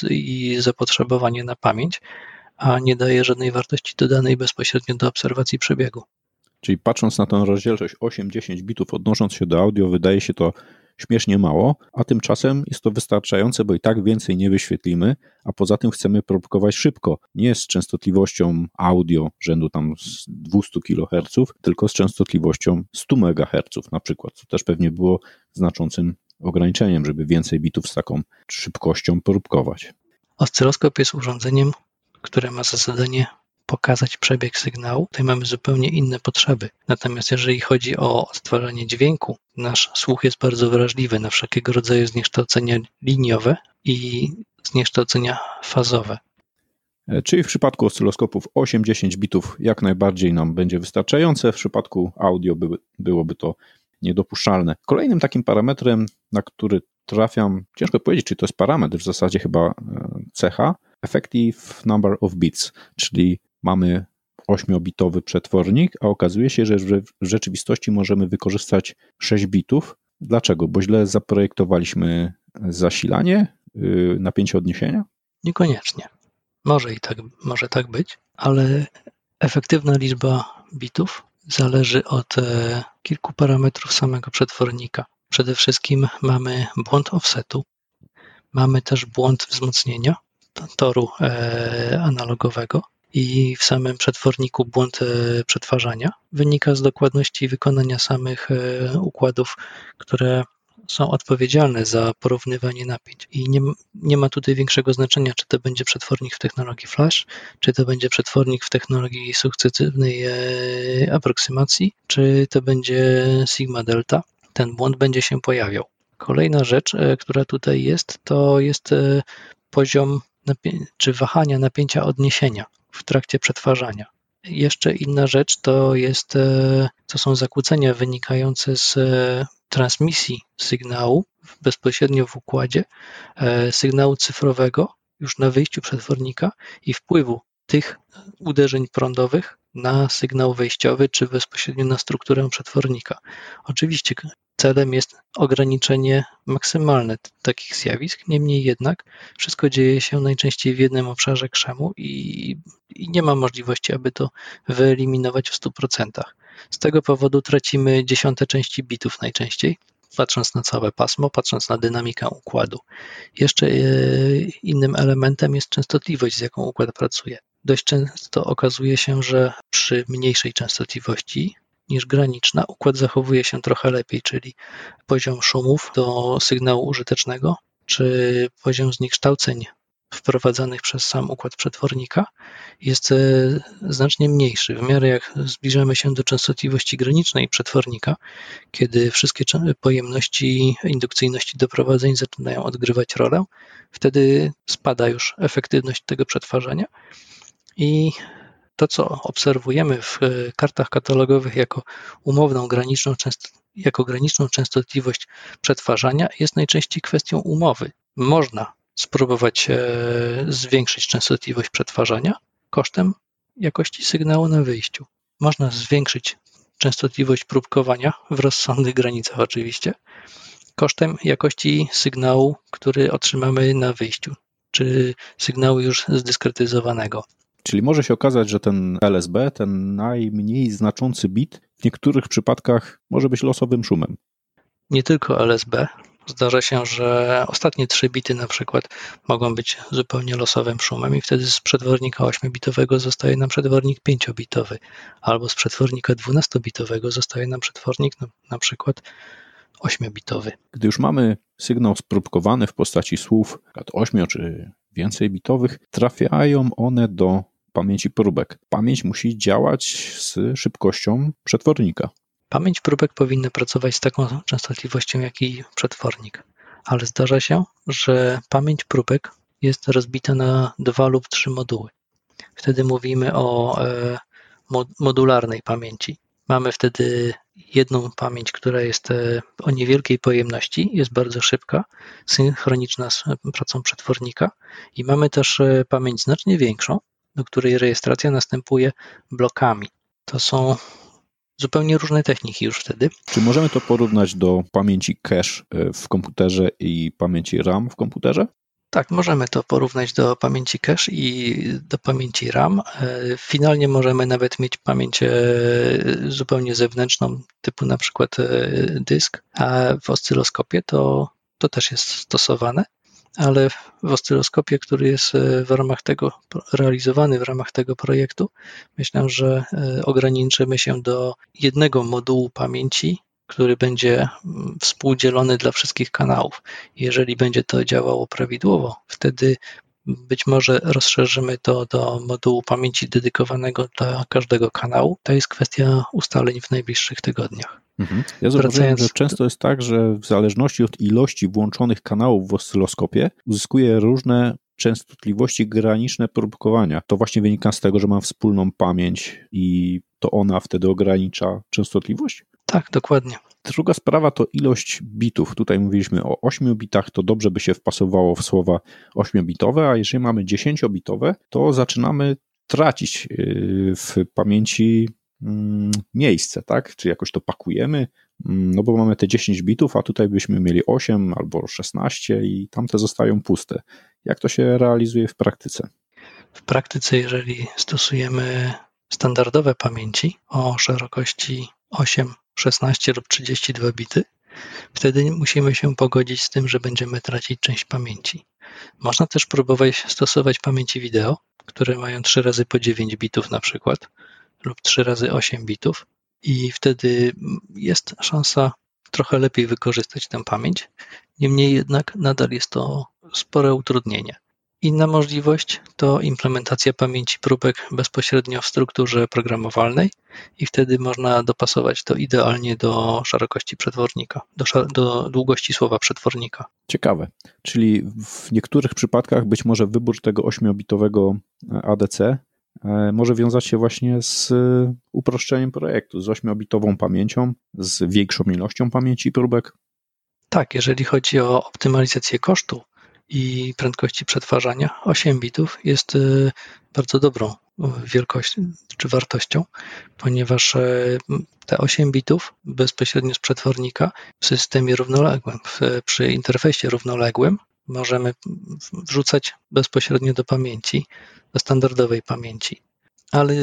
Speaker 2: i zapotrzebowanie na pamięć, a nie daje żadnej wartości dodanej bezpośrednio do obserwacji przebiegu.
Speaker 1: Czyli patrząc na tę rozdzielczość osiem do dziesięciu bitów, odnosząc się do audio, wydaje się to śmiesznie mało, a tymczasem jest to wystarczające, bo i tak więcej nie wyświetlimy, a poza tym chcemy próbkować szybko. Nie z częstotliwością audio rzędu tam z dwieście kiloherców, tylko z częstotliwością sto megaherców na przykład, co też pewnie było znaczącym ograniczeniem, żeby więcej bitów z taką szybkością próbkować.
Speaker 2: Oscyloskop jest urządzeniem, które ma za zadanie pokazać przebieg sygnału. Tutaj mamy zupełnie inne potrzeby. Natomiast jeżeli chodzi o odtwarzanie dźwięku, nasz słuch jest bardzo wrażliwy na wszelkiego rodzaju zniekształcenia liniowe i zniekształcenia fazowe.
Speaker 1: Czyli w przypadku oscyloskopów osiem do dziesięciu bitów jak najbardziej nam będzie wystarczające, w przypadku audio by, byłoby to niedopuszczalne. Kolejnym takim parametrem, na który trafiam, ciężko powiedzieć, czy to jest parametr, w zasadzie chyba cecha, effective number of bits, czyli mamy ośmiobitowy przetwornik, a okazuje się, że w rzeczywistości możemy wykorzystać sześć bitów. Dlaczego? Bo źle zaprojektowaliśmy zasilanie, napięcie odniesienia?
Speaker 2: Niekoniecznie. Może i tak, może tak być, ale efektywna liczba bitów zależy od kilku parametrów samego przetwornika. Przede wszystkim mamy błąd offsetu, mamy też błąd wzmocnienia toru analogowego i w samym przetworniku błąd przetwarzania wynika z dokładności wykonania samych układów, które są odpowiedzialne za porównywanie napięć. I nie, nie ma tutaj większego znaczenia, czy to będzie przetwornik w technologii flash, czy to będzie przetwornik w technologii sukcesywnej aproksymacji, czy to będzie sigma delta. Ten błąd będzie się pojawiał. Kolejna rzecz, która tutaj jest, to jest poziom napię- czy wahania napięcia odniesienia w trakcie przetwarzania. Jeszcze inna rzecz to jest, to są zakłócenia wynikające z transmisji sygnału bezpośrednio w układzie, sygnału cyfrowego już na wyjściu przetwornika i wpływu tych uderzeń prądowych na sygnał wejściowy czy bezpośrednio na strukturę przetwornika. Oczywiście celem jest ograniczenie maksymalne takich zjawisk, niemniej jednak wszystko dzieje się najczęściej w jednym obszarze krzemu i, i nie ma możliwości, aby to wyeliminować w stu procentach. Z tego powodu tracimy dziesiąte części bitów najczęściej, patrząc na całe pasmo, patrząc na dynamikę układu. Jeszcze innym elementem jest częstotliwość, z jaką układ pracuje. Dość często okazuje się, że przy mniejszej częstotliwości niż graniczna układ zachowuje się trochę lepiej, czyli poziom szumów do sygnału użytecznego, czy poziom zniekształceń wprowadzanych przez sam układ przetwornika jest znacznie mniejszy. W miarę jak zbliżamy się do częstotliwości granicznej przetwornika, kiedy wszystkie pojemności indukcyjności doprowadzeń zaczynają odgrywać rolę, wtedy spada już efektywność tego przetwarzania i to, co obserwujemy w kartach katalogowych jako umowną graniczną, jako graniczną częstotliwość przetwarzania, jest najczęściej kwestią umowy. Można spróbować zwiększyć częstotliwość przetwarzania kosztem jakości sygnału na wyjściu. Można zwiększyć częstotliwość próbkowania w rozsądnych granicach oczywiście, kosztem jakości sygnału, który otrzymamy na wyjściu, czy sygnału już zdyskretyzowanego.
Speaker 1: Czyli może się okazać, że ten L S B, ten najmniej znaczący bit, w niektórych przypadkach może być losowym szumem.
Speaker 2: Nie tylko L S B. Zdarza się, że ostatnie trzy bity na przykład mogą być zupełnie losowym szumem i wtedy z przetwornika ośmiobitowego zostaje nam przetwornik pięciobitowy, albo z przetwornika dwunastobitowego zostaje nam przetwornik na, na przykład ośmiobitowy.
Speaker 1: Gdy już mamy sygnał spróbkowany w postaci słów osiem czy więcej bitowych, trafiają one do pamięci próbek. Pamięć musi działać z szybkością przetwornika.
Speaker 2: Pamięć próbek powinna pracować z taką częstotliwością jak i przetwornik, ale zdarza się, że pamięć próbek jest rozbita na dwa lub trzy moduły. Wtedy mówimy o e, modularnej pamięci. Mamy wtedy jedną pamięć, która jest o niewielkiej pojemności, jest bardzo szybka, synchroniczna z pracą przetwornika i mamy też pamięć znacznie większą, do której rejestracja następuje blokami. To są zupełnie różne techniki już wtedy.
Speaker 1: Czy możemy to porównać do pamięci cache w komputerze i pamięci RAM w komputerze?
Speaker 2: Tak, możemy to porównać do pamięci cache i do pamięci RAM. Finalnie możemy nawet mieć pamięć zupełnie zewnętrzną, typu na przykład dysk, a w oscyloskopie to, to też jest stosowane, ale w oscyloskopie, który jest w ramach tego, realizowany w ramach tego projektu, myślę, że ograniczymy się do jednego modułu pamięci, który będzie współdzielony dla wszystkich kanałów. Jeżeli będzie to działało prawidłowo, wtedy być może rozszerzymy to do modułu pamięci dedykowanego dla każdego kanału. To jest kwestia ustaleń w najbliższych tygodniach.
Speaker 1: Mhm. Ja zauważyłem, Wracając... że często jest tak, że w zależności od ilości włączonych kanałów w oscyloskopie uzyskuje różne częstotliwości graniczne próbkowania. To właśnie wynika z tego, że mam wspólną pamięć i to ona wtedy ogranicza częstotliwość?
Speaker 2: Tak, dokładnie.
Speaker 1: Druga sprawa to ilość bitów. Tutaj mówiliśmy o ośmiu bitach, to dobrze by się wpasowało w słowa ośmiobitowe, a jeżeli mamy dziesięciobitowe, to zaczynamy tracić w pamięci miejsce, tak? Czy jakoś to pakujemy, no bo mamy te dziesięć bitów, a tutaj byśmy mieli osiem albo szesnaście i tamte zostają puste. Jak to się realizuje w praktyce?
Speaker 2: W praktyce, jeżeli stosujemy standardowe pamięci o szerokości osiem, szesnaście lub trzydzieści dwa bity, Wtedy musimy się pogodzić z tym, że będziemy tracić część pamięci. Można też próbować stosować pamięci wideo, które mają trzy razy po dziewięć bitów na przykład, lub trzy razy osiem bitów i wtedy jest szansa trochę lepiej wykorzystać tę pamięć. Niemniej jednak nadal jest to spore utrudnienie. Inna możliwość to implementacja pamięci próbek bezpośrednio w strukturze programowalnej i wtedy można dopasować to idealnie do szerokości przetwornika, do, do długości słowa przetwornika.
Speaker 1: Ciekawe. Czyli w niektórych przypadkach być może wybór tego ośmiobitowego A D C może wiązać się właśnie z uproszczeniem projektu, z ośmiobitową pamięcią, z większą ilością pamięci próbek.
Speaker 2: Tak, jeżeli chodzi o optymalizację kosztu i prędkości przetwarzania, osiem bitów jest bardzo dobrą wielkością czy wartością, ponieważ te osiem bitów bezpośrednio z przetwornika w systemie równoległym, przy interfejsie równoległym możemy wrzucać bezpośrednio do pamięci, do standardowej pamięci. Ale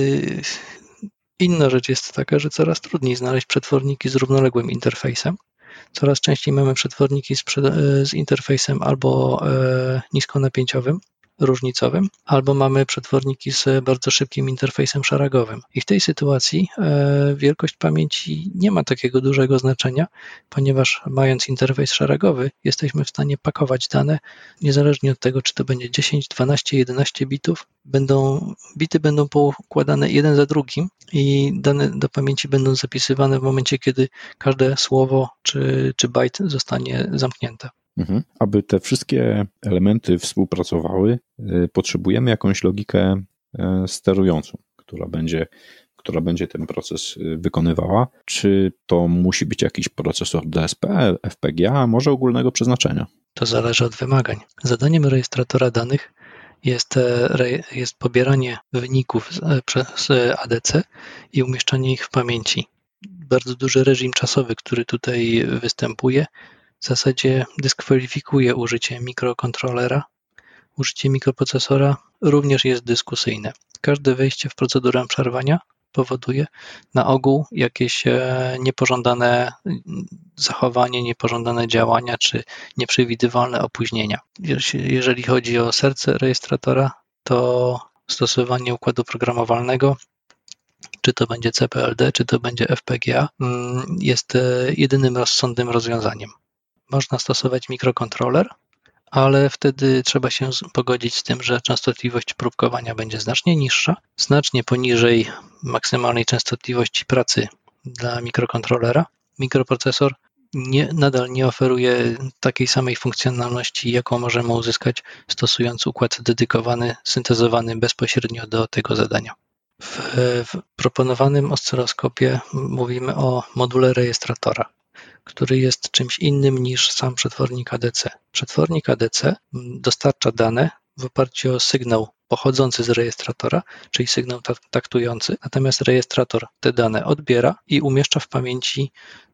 Speaker 2: inna rzecz jest taka, że coraz trudniej znaleźć przetworniki z równoległym interfejsem. Coraz częściej mamy przetworniki z, z interfejsem albo e, niskonapięciowym, różnicowym, albo mamy przetworniki z bardzo szybkim interfejsem szeregowym. I w tej sytuacji e, wielkość pamięci nie ma takiego dużego znaczenia, ponieważ mając interfejs szeregowy, jesteśmy w stanie pakować dane, niezależnie od tego, czy to będzie dziesięć, dwanaście, jedenaście bitów, będą, bity będą poukładane jeden za drugim i dane do pamięci będą zapisywane w momencie, kiedy każde słowo czy, czy bajt zostanie zamknięte.
Speaker 1: Mhm. Aby te wszystkie elementy współpracowały, potrzebujemy jakąś logikę sterującą, która będzie, która będzie ten proces wykonywała. Czy to musi być jakiś procesor D S P, F P G A, może ogólnego przeznaczenia?
Speaker 2: To zależy od wymagań. Zadaniem rejestratora danych jest, jest pobieranie wyników przez A D C i umieszczanie ich w pamięci. Bardzo duży reżim czasowy, który tutaj występuje, w zasadzie dyskwalifikuje użycie mikrokontrolera. Użycie mikroprocesora również jest dyskusyjne. Każde wejście w procedurę przerwania powoduje na ogół jakieś niepożądane zachowanie, niepożądane działania czy nieprzewidywalne opóźnienia. Jeżeli chodzi o serce rejestratora, to stosowanie układu programowalnego, czy to będzie C P L D, czy to będzie F P G A, jest jedynym rozsądnym rozwiązaniem. Można stosować mikrokontroler, ale wtedy trzeba się pogodzić z tym, że częstotliwość próbkowania będzie znacznie niższa, znacznie poniżej maksymalnej częstotliwości pracy dla mikrokontrolera. Mikroprocesor nie, nadal nie oferuje takiej samej funkcjonalności, jaką możemy uzyskać stosując układ dedykowany, syntezowany bezpośrednio do tego zadania. W, w proponowanym oscyloskopie mówimy o module rejestratora, który jest czymś innym niż sam przetwornik A D C. Przetwornik A D C dostarcza dane w oparciu o sygnał pochodzący z rejestratora, czyli sygnał taktujący, natomiast rejestrator te dane odbiera i umieszcza w pamięci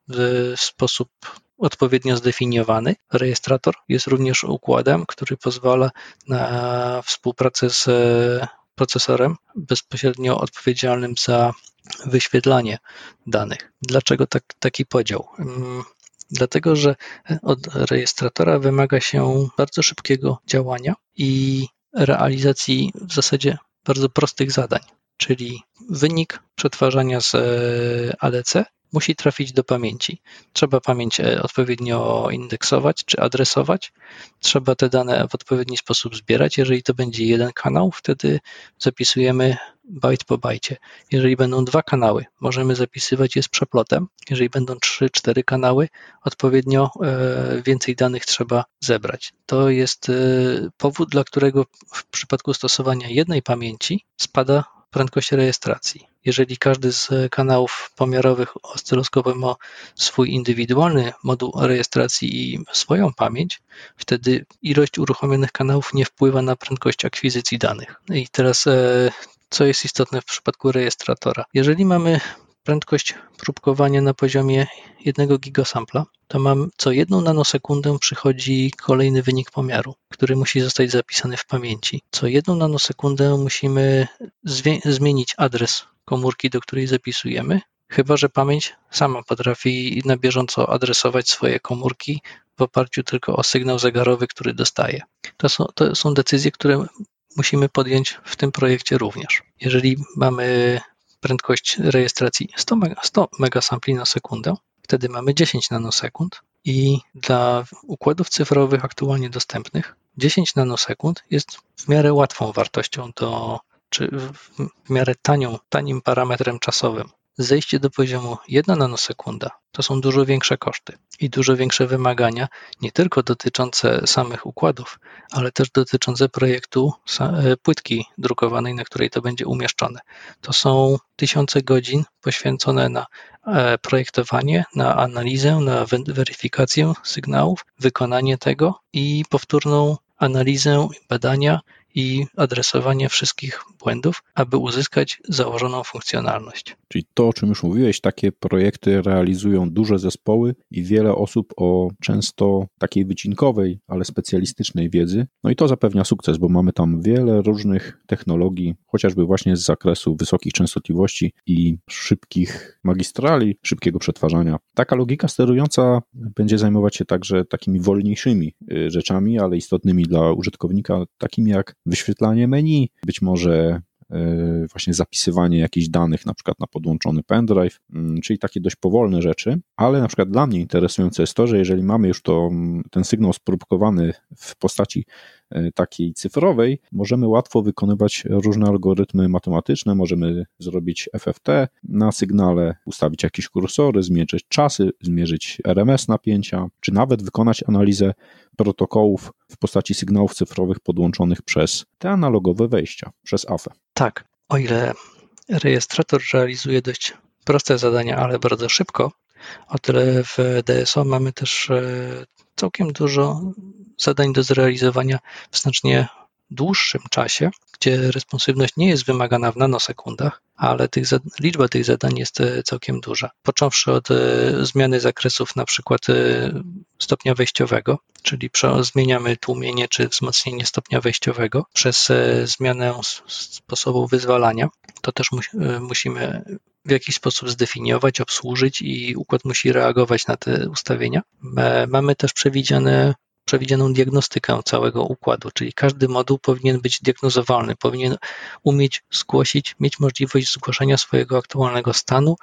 Speaker 2: w sposób odpowiednio zdefiniowany. Rejestrator jest również układem, który pozwala na współpracę z procesorem bezpośrednio odpowiedzialnym za wyświetlanie danych. Dlaczego tak, taki podział? Dlatego, że od rejestratora wymaga się bardzo szybkiego działania i realizacji w zasadzie bardzo prostych zadań, czyli wynik przetwarzania z A D C musi trafić do pamięci. Trzeba pamięć odpowiednio indeksować czy adresować. Trzeba te dane w odpowiedni sposób zbierać. Jeżeli to będzie jeden kanał, wtedy zapisujemy bajt po bajcie. Jeżeli będą dwa kanały, możemy zapisywać je z przeplotem. Jeżeli będą trzy, cztery kanały, odpowiednio więcej danych trzeba zebrać. To jest powód, dla którego w przypadku stosowania jednej pamięci spada prędkość rejestracji. Jeżeli każdy z kanałów pomiarowych oscyloskopu ma swój indywidualny moduł rejestracji i swoją pamięć, wtedy ilość uruchomionych kanałów nie wpływa na prędkość akwizycji danych. I teraz co jest istotne w przypadku rejestratora? Jeżeli mamy prędkość próbkowania na poziomie jednego gigasampla, to mam co jedną nanosekundę przychodzi kolejny wynik pomiaru, który musi zostać zapisany w pamięci. Co jedną nanosekundę musimy zwie- zmienić adres komórki, do której zapisujemy, chyba że pamięć sama potrafi na bieżąco adresować swoje komórki w oparciu tylko o sygnał zegarowy, który dostaje. To są, to są decyzje, które musimy podjąć w tym projekcie również. Jeżeli mamy prędkość rejestracji sto megasampli na sekundę, wtedy mamy dziesięć nanosekund i dla układów cyfrowych aktualnie dostępnych dziesięć nanosekund jest w miarę łatwą wartością, do, czy w miarę tanią, tanim parametrem czasowym. Zejście do poziomu jedna nanosekunda to są dużo większe koszty i dużo większe wymagania, nie tylko dotyczące samych układów, ale też dotyczące projektu płytki drukowanej, na której to będzie umieszczone. To są tysiące godzin poświęcone na projektowanie, na analizę, na weryfikację sygnałów, wykonanie tego i powtórną analizę, badania i adresowanie wszystkich błędów, aby uzyskać założoną funkcjonalność.
Speaker 1: Czyli to, o czym już mówiłeś, takie projekty realizują duże zespoły i wiele osób o często takiej wycinkowej, ale specjalistycznej wiedzy. No i to zapewnia sukces, bo mamy tam wiele różnych technologii, chociażby właśnie z zakresu wysokich częstotliwości i szybkich magistrali, szybkiego przetwarzania. Taka logika sterująca będzie zajmować się także takimi wolniejszymi rzeczami, ale istotnymi dla użytkownika, takimi jak wyświetlanie menu, być może właśnie zapisywanie jakichś danych, na przykład na podłączony pendrive, czyli takie dość powolne rzeczy, ale na przykład dla mnie interesujące jest to, że jeżeli mamy już to, ten sygnał spróbkowany w postaci takiej cyfrowej, możemy łatwo wykonywać różne algorytmy matematyczne, możemy zrobić F F T na sygnale, ustawić jakieś kursory, zmierzyć czasy, zmierzyć R M S napięcia, czy nawet wykonać analizę protokołów w postaci sygnałów cyfrowych podłączonych przez te analogowe wejścia, przez A F E.
Speaker 2: Tak, o ile rejestrator realizuje dość proste zadania, ale bardzo szybko, o tyle w D S O mamy też całkiem dużo zadań do zrealizowania w znacznie dłuższym czasie, gdzie responsywność nie jest wymagana w nanosekundach, ale tych, liczba tych zadań jest całkiem duża. Począwszy od zmiany zakresów na przykład stopnia wejściowego, czyli zmieniamy tłumienie czy wzmocnienie stopnia wejściowego przez zmianę sposobu wyzwalania. To też musimy w jakiś sposób zdefiniować, obsłużyć i układ musi reagować na te ustawienia. Mamy też przewidziane przewidzianą diagnostykę całego układu, czyli każdy moduł powinien być diagnozowalny, powinien umieć zgłosić, mieć możliwość zgłaszania swojego aktualnego stanu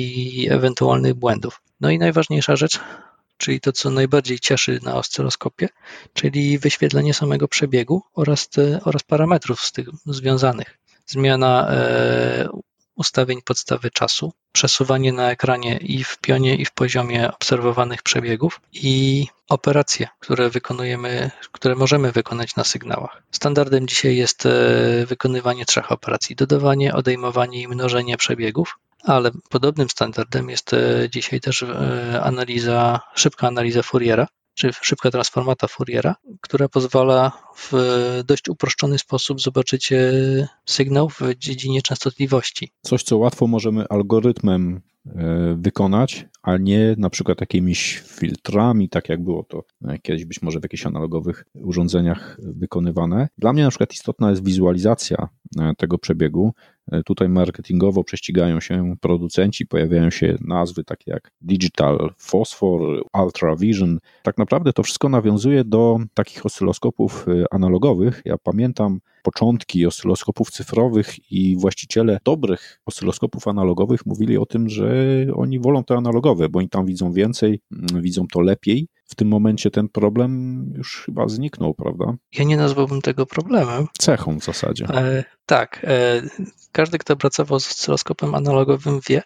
Speaker 2: i ewentualnych błędów. No i najważniejsza rzecz, czyli to, co najbardziej cieszy na oscyloskopie, czyli wyświetlenie samego przebiegu oraz, te, oraz parametrów z tych związanych. Zmiana e, ustawień podstawy czasu, przesuwanie na ekranie i w pionie, i w poziomie obserwowanych przebiegów i operacje, które wykonujemy, które możemy wykonać na sygnałach. Standardem dzisiaj jest wykonywanie trzech operacji: dodawanie, odejmowanie i mnożenie przebiegów, ale podobnym standardem jest dzisiaj też analiza, szybka analiza Fouriera, czy szybka transformata Fouriera, która pozwala w dość uproszczony sposób zobaczyć sygnał w dziedzinie częstotliwości.
Speaker 1: Coś, co łatwo możemy algorytmem wykonać, a nie na przykład jakimiś filtrami, tak jak było to kiedyś być może w jakichś analogowych urządzeniach wykonywane. Dla mnie na przykład istotna jest wizualizacja tego przebiegu. Tutaj marketingowo prześcigają się producenci, pojawiają się nazwy takie jak Digital Phosphor, Ultra Vision. Tak naprawdę to wszystko nawiązuje do takich oscyloskopów analogowych. Ja pamiętam początki oscyloskopów cyfrowych i właściciele dobrych oscyloskopów analogowych mówili o tym, że oni wolą te analogowe, bo oni tam widzą więcej, widzą to lepiej. W tym momencie ten problem już chyba zniknął, prawda?
Speaker 2: Ja nie nazwałbym tego problemem.
Speaker 1: Cechą w zasadzie.
Speaker 2: E, tak. E, każdy, kto pracował z oscyloskopem analogowym, wie,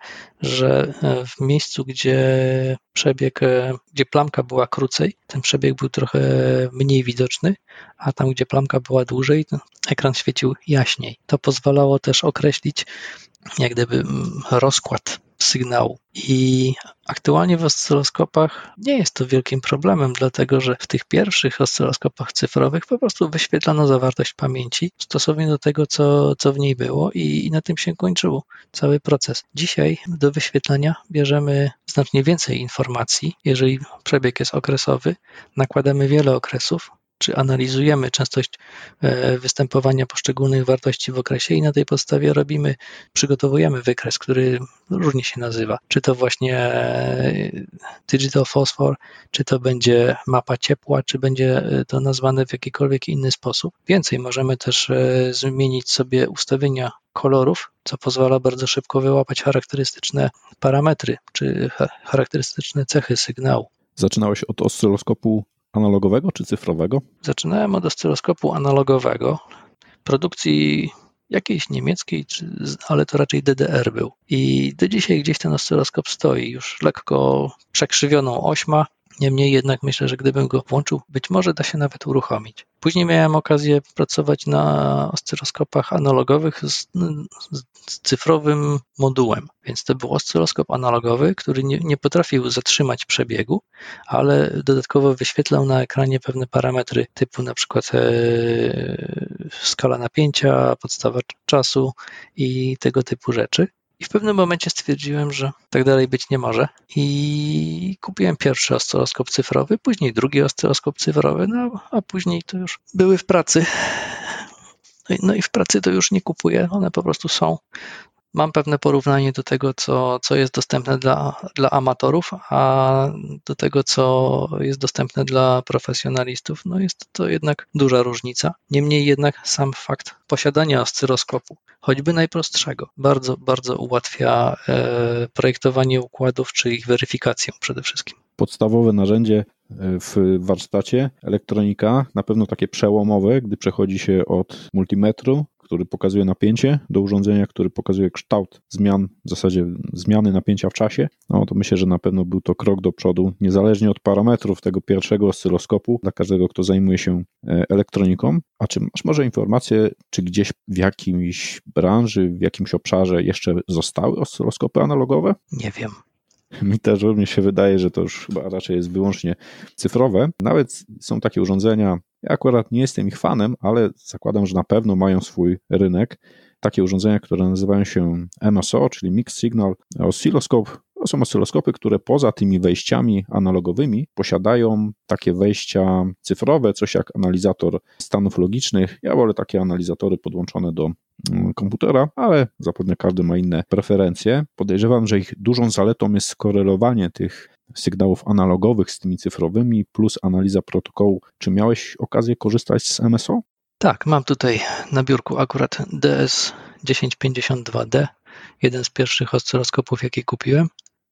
Speaker 2: że w miejscu, gdzie przebieg, gdzie plamka była krócej, ten przebieg był trochę mniej widoczny, a tam, gdzie plamka była dłużej, ekran świecił jaśniej. To pozwalało też określić jak gdyby rozkład sygnału. I aktualnie w oscyloskopach nie jest to wielkim problemem, dlatego że w tych pierwszych oscyloskopach cyfrowych po prostu wyświetlano zawartość pamięci stosownie do tego, co, co w niej było i, i na tym się kończył cały proces. Dzisiaj do wyświetlenia bierzemy znacznie więcej informacji. Jeżeli przebieg jest okresowy, nakładamy wiele okresów, czy analizujemy częstość występowania poszczególnych wartości w okresie i na tej podstawie robimy, przygotowujemy wykres, który różnie się nazywa. Czy to właśnie digital phosphor, czy to będzie mapa ciepła, czy będzie to nazwane w jakikolwiek inny sposób. Więcej, możemy też zmienić sobie ustawienia kolorów, co pozwala bardzo szybko wyłapać charakterystyczne parametry, czy charakterystyczne cechy sygnału.
Speaker 1: Zaczynałeś od oscyloskopu analogowego czy cyfrowego?
Speaker 2: Zaczynałem od oscyloskopu analogowego, produkcji jakiejś niemieckiej, ale to raczej D D R był. I do dzisiaj gdzieś ten oscyloskop stoi, już lekko przekrzywioną ośma, niemniej jednak myślę, że gdybym go włączył, być może da się nawet uruchomić. Później miałem okazję pracować na oscyloskopach analogowych z, z cyfrowym modułem, więc to był oscyloskop analogowy, który nie, nie potrafił zatrzymać przebiegu, ale dodatkowo wyświetlał na ekranie pewne parametry typu na przykład e, skala napięcia, podstawa czasu i tego typu rzeczy. I w pewnym momencie stwierdziłem, że tak dalej być nie może i kupiłem pierwszy oscyloskop cyfrowy, później drugi oscyloskop cyfrowy, no a później to już były w pracy. No i w pracy to już nie kupuję, one po prostu są. Mam pewne porównanie do tego, co, co jest dostępne dla, dla amatorów, a do tego, co jest dostępne dla profesjonalistów, no jest to jednak duża różnica. Niemniej jednak sam fakt posiadania oscyloskopu, choćby najprostszego, bardzo, bardzo ułatwia e, projektowanie układów, czy ich weryfikację przede wszystkim.
Speaker 1: Podstawowe narzędzie w warsztacie, elektronika, na pewno takie przełomowe, gdy przechodzi się od multimetru, który pokazuje napięcie, do urządzenia, który pokazuje kształt zmian, w zasadzie zmiany napięcia w czasie, no to myślę, że na pewno był to krok do przodu, niezależnie od parametrów tego pierwszego oscyloskopu, dla każdego, kto zajmuje się elektroniką. A czy masz może informację, czy gdzieś w jakimś branży, w jakimś obszarze jeszcze zostały oscyloskopy analogowe?
Speaker 2: Nie wiem.
Speaker 1: Mi też również się wydaje, że to już chyba raczej jest wyłącznie cyfrowe. Nawet są takie urządzenia, ja akurat nie jestem ich fanem, ale zakładam, że na pewno mają swój rynek. Takie urządzenia, które nazywają się M S O, czyli Mixed Signal Oscilloscope. To są oscyloskopy, które poza tymi wejściami analogowymi posiadają takie wejścia cyfrowe, coś jak analizator stanów logicznych. Ja wolę takie analizatory podłączone do komputera, ale zapewne każdy ma inne preferencje. Podejrzewam, że ich dużą zaletą jest skorelowanie tych sygnałów analogowych z tymi cyfrowymi plus analiza protokołu. Czy miałeś okazję korzystać z M S O?
Speaker 2: Tak, mam tutaj na biurku akurat D S tysiąc pięćdziesiąt dwa D, jeden z pierwszych oscyloskopów, jaki kupiłem.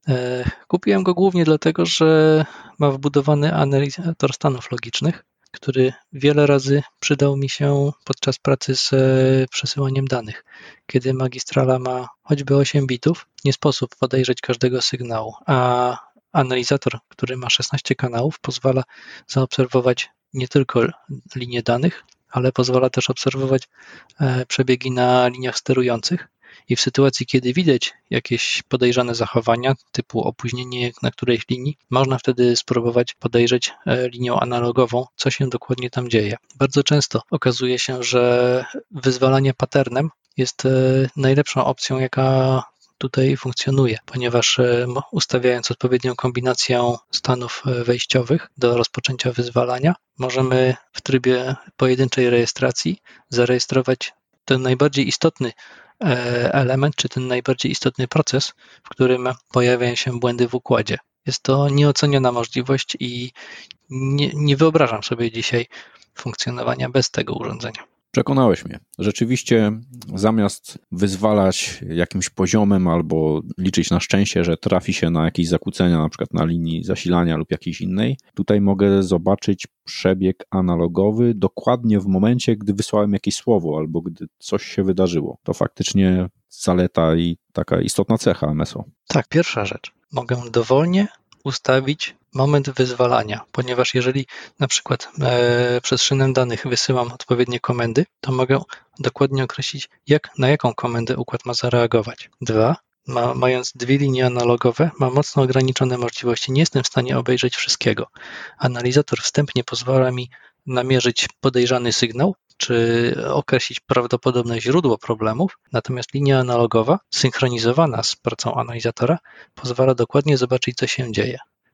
Speaker 2: Kupiłem go głównie dlatego, że ma wbudowany analizator stanów logicznych, który wiele razy przydał mi się podczas pracy z przesyłaniem danych. Kiedy magistrala ma choćby osiem bitów, nie sposób podejrzeć każdego sygnału, a analizator, który ma szesnaście kanałów, pozwala zaobserwować nie tylko linie danych, ale pozwala też obserwować przebiegi na liniach sterujących. I w sytuacji, kiedy widać jakieś podejrzane zachowania, typu opóźnienie na którejś linii, można wtedy spróbować podejrzeć linią analogową, co się dokładnie tam dzieje. Bardzo często okazuje się, że wyzwalanie patternem jest najlepszą opcją, jaka tutaj funkcjonuje, ponieważ ustawiając odpowiednią kombinację stanów wejściowych do rozpoczęcia wyzwalania, możemy w trybie pojedynczej rejestracji zarejestrować ten najbardziej istotny element, czy ten najbardziej istotny proces, w którym pojawiają się błędy w układzie. Jest to nieoceniona możliwość i nie, nie wyobrażam sobie dzisiaj funkcjonowania bez tego urządzenia.
Speaker 1: Przekonałeś mnie. Rzeczywiście zamiast wyzwalać jakimś poziomem albo liczyć na szczęście, że trafi się na jakieś zakłócenia, na przykład na linii zasilania lub jakiejś innej, tutaj mogę zobaczyć przebieg analogowy dokładnie w momencie, gdy wysłałem jakieś słowo albo gdy coś się wydarzyło. To faktycznie zaleta i taka istotna cecha M S O.
Speaker 2: Tak, pierwsza rzecz. Mogę dowolnie ustawić moment wyzwalania, ponieważ jeżeli na przykład e, przez szynę danych wysyłam odpowiednie komendy, to mogę dokładnie określić, jak, na jaką komendę układ ma zareagować. Dwa, ma, mając dwie linie analogowe, mam mocno ograniczone możliwości. Nie jestem w stanie obejrzeć wszystkiego. Analizator wstępnie pozwala mi namierzyć podejrzany sygnał, czy określić prawdopodobne źródło problemów, natomiast linia analogowa, synchronizowana z pracą analizatora, pozwala dokładnie zobaczyć, co się dzieje.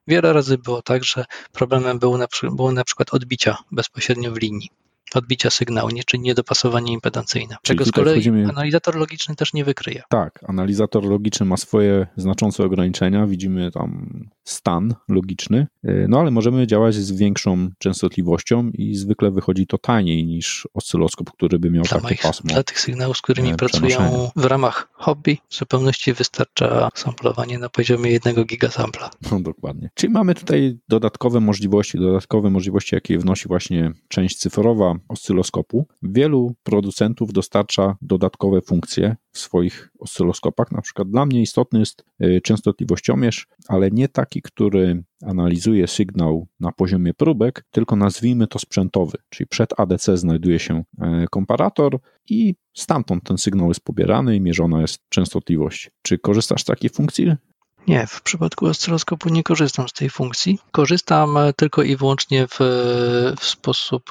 Speaker 2: Wiele razy było tak, że problemem było na, było na przykład odbicia bezpośrednio w linii. Odbicia sygnału, nie, czyli niedopasowanie impedancyjne.
Speaker 1: Czyli
Speaker 2: Czego z
Speaker 1: tutaj
Speaker 2: kolei
Speaker 1: wchodzimy-
Speaker 2: analizator logiczny też nie wykryje.
Speaker 1: Tak, analizator logiczny ma swoje znaczące ograniczenia, widzimy tam stan logiczny, yy, no ale możemy działać z większą częstotliwością i zwykle wychodzi to taniej niż oscyloskop, który by miał
Speaker 2: Dla,
Speaker 1: takie
Speaker 2: moich,
Speaker 1: pasmo.
Speaker 2: dla tych sygnałów, z którymi
Speaker 1: e,
Speaker 2: pracują
Speaker 1: przenoszenia.
Speaker 2: w ramach hobby, w zupełności wystarcza samplowanie na poziomie jednego gigasampla.
Speaker 1: No dokładnie. Czyli mamy tutaj dodatkowe możliwości, dodatkowe możliwości, jakie wnosi właśnie część cyfrowa oscyloskopu. Wielu producentów dostarcza dodatkowe funkcje w swoich oscyloskopach. Na przykład dla mnie istotny jest y, częstotliwościomierz, ale nie taki, który analizuje sygnał na poziomie próbek, tylko nazwijmy to sprzętowy, czyli przed A D C znajduje się y, komparator i stamtąd ten sygnał jest pobierany i mierzona jest częstotliwość. Czy korzystasz z takiej funkcji?
Speaker 2: Nie, w przypadku oscyloskopu nie korzystam z tej funkcji. Korzystam tylko i wyłącznie w, w sposób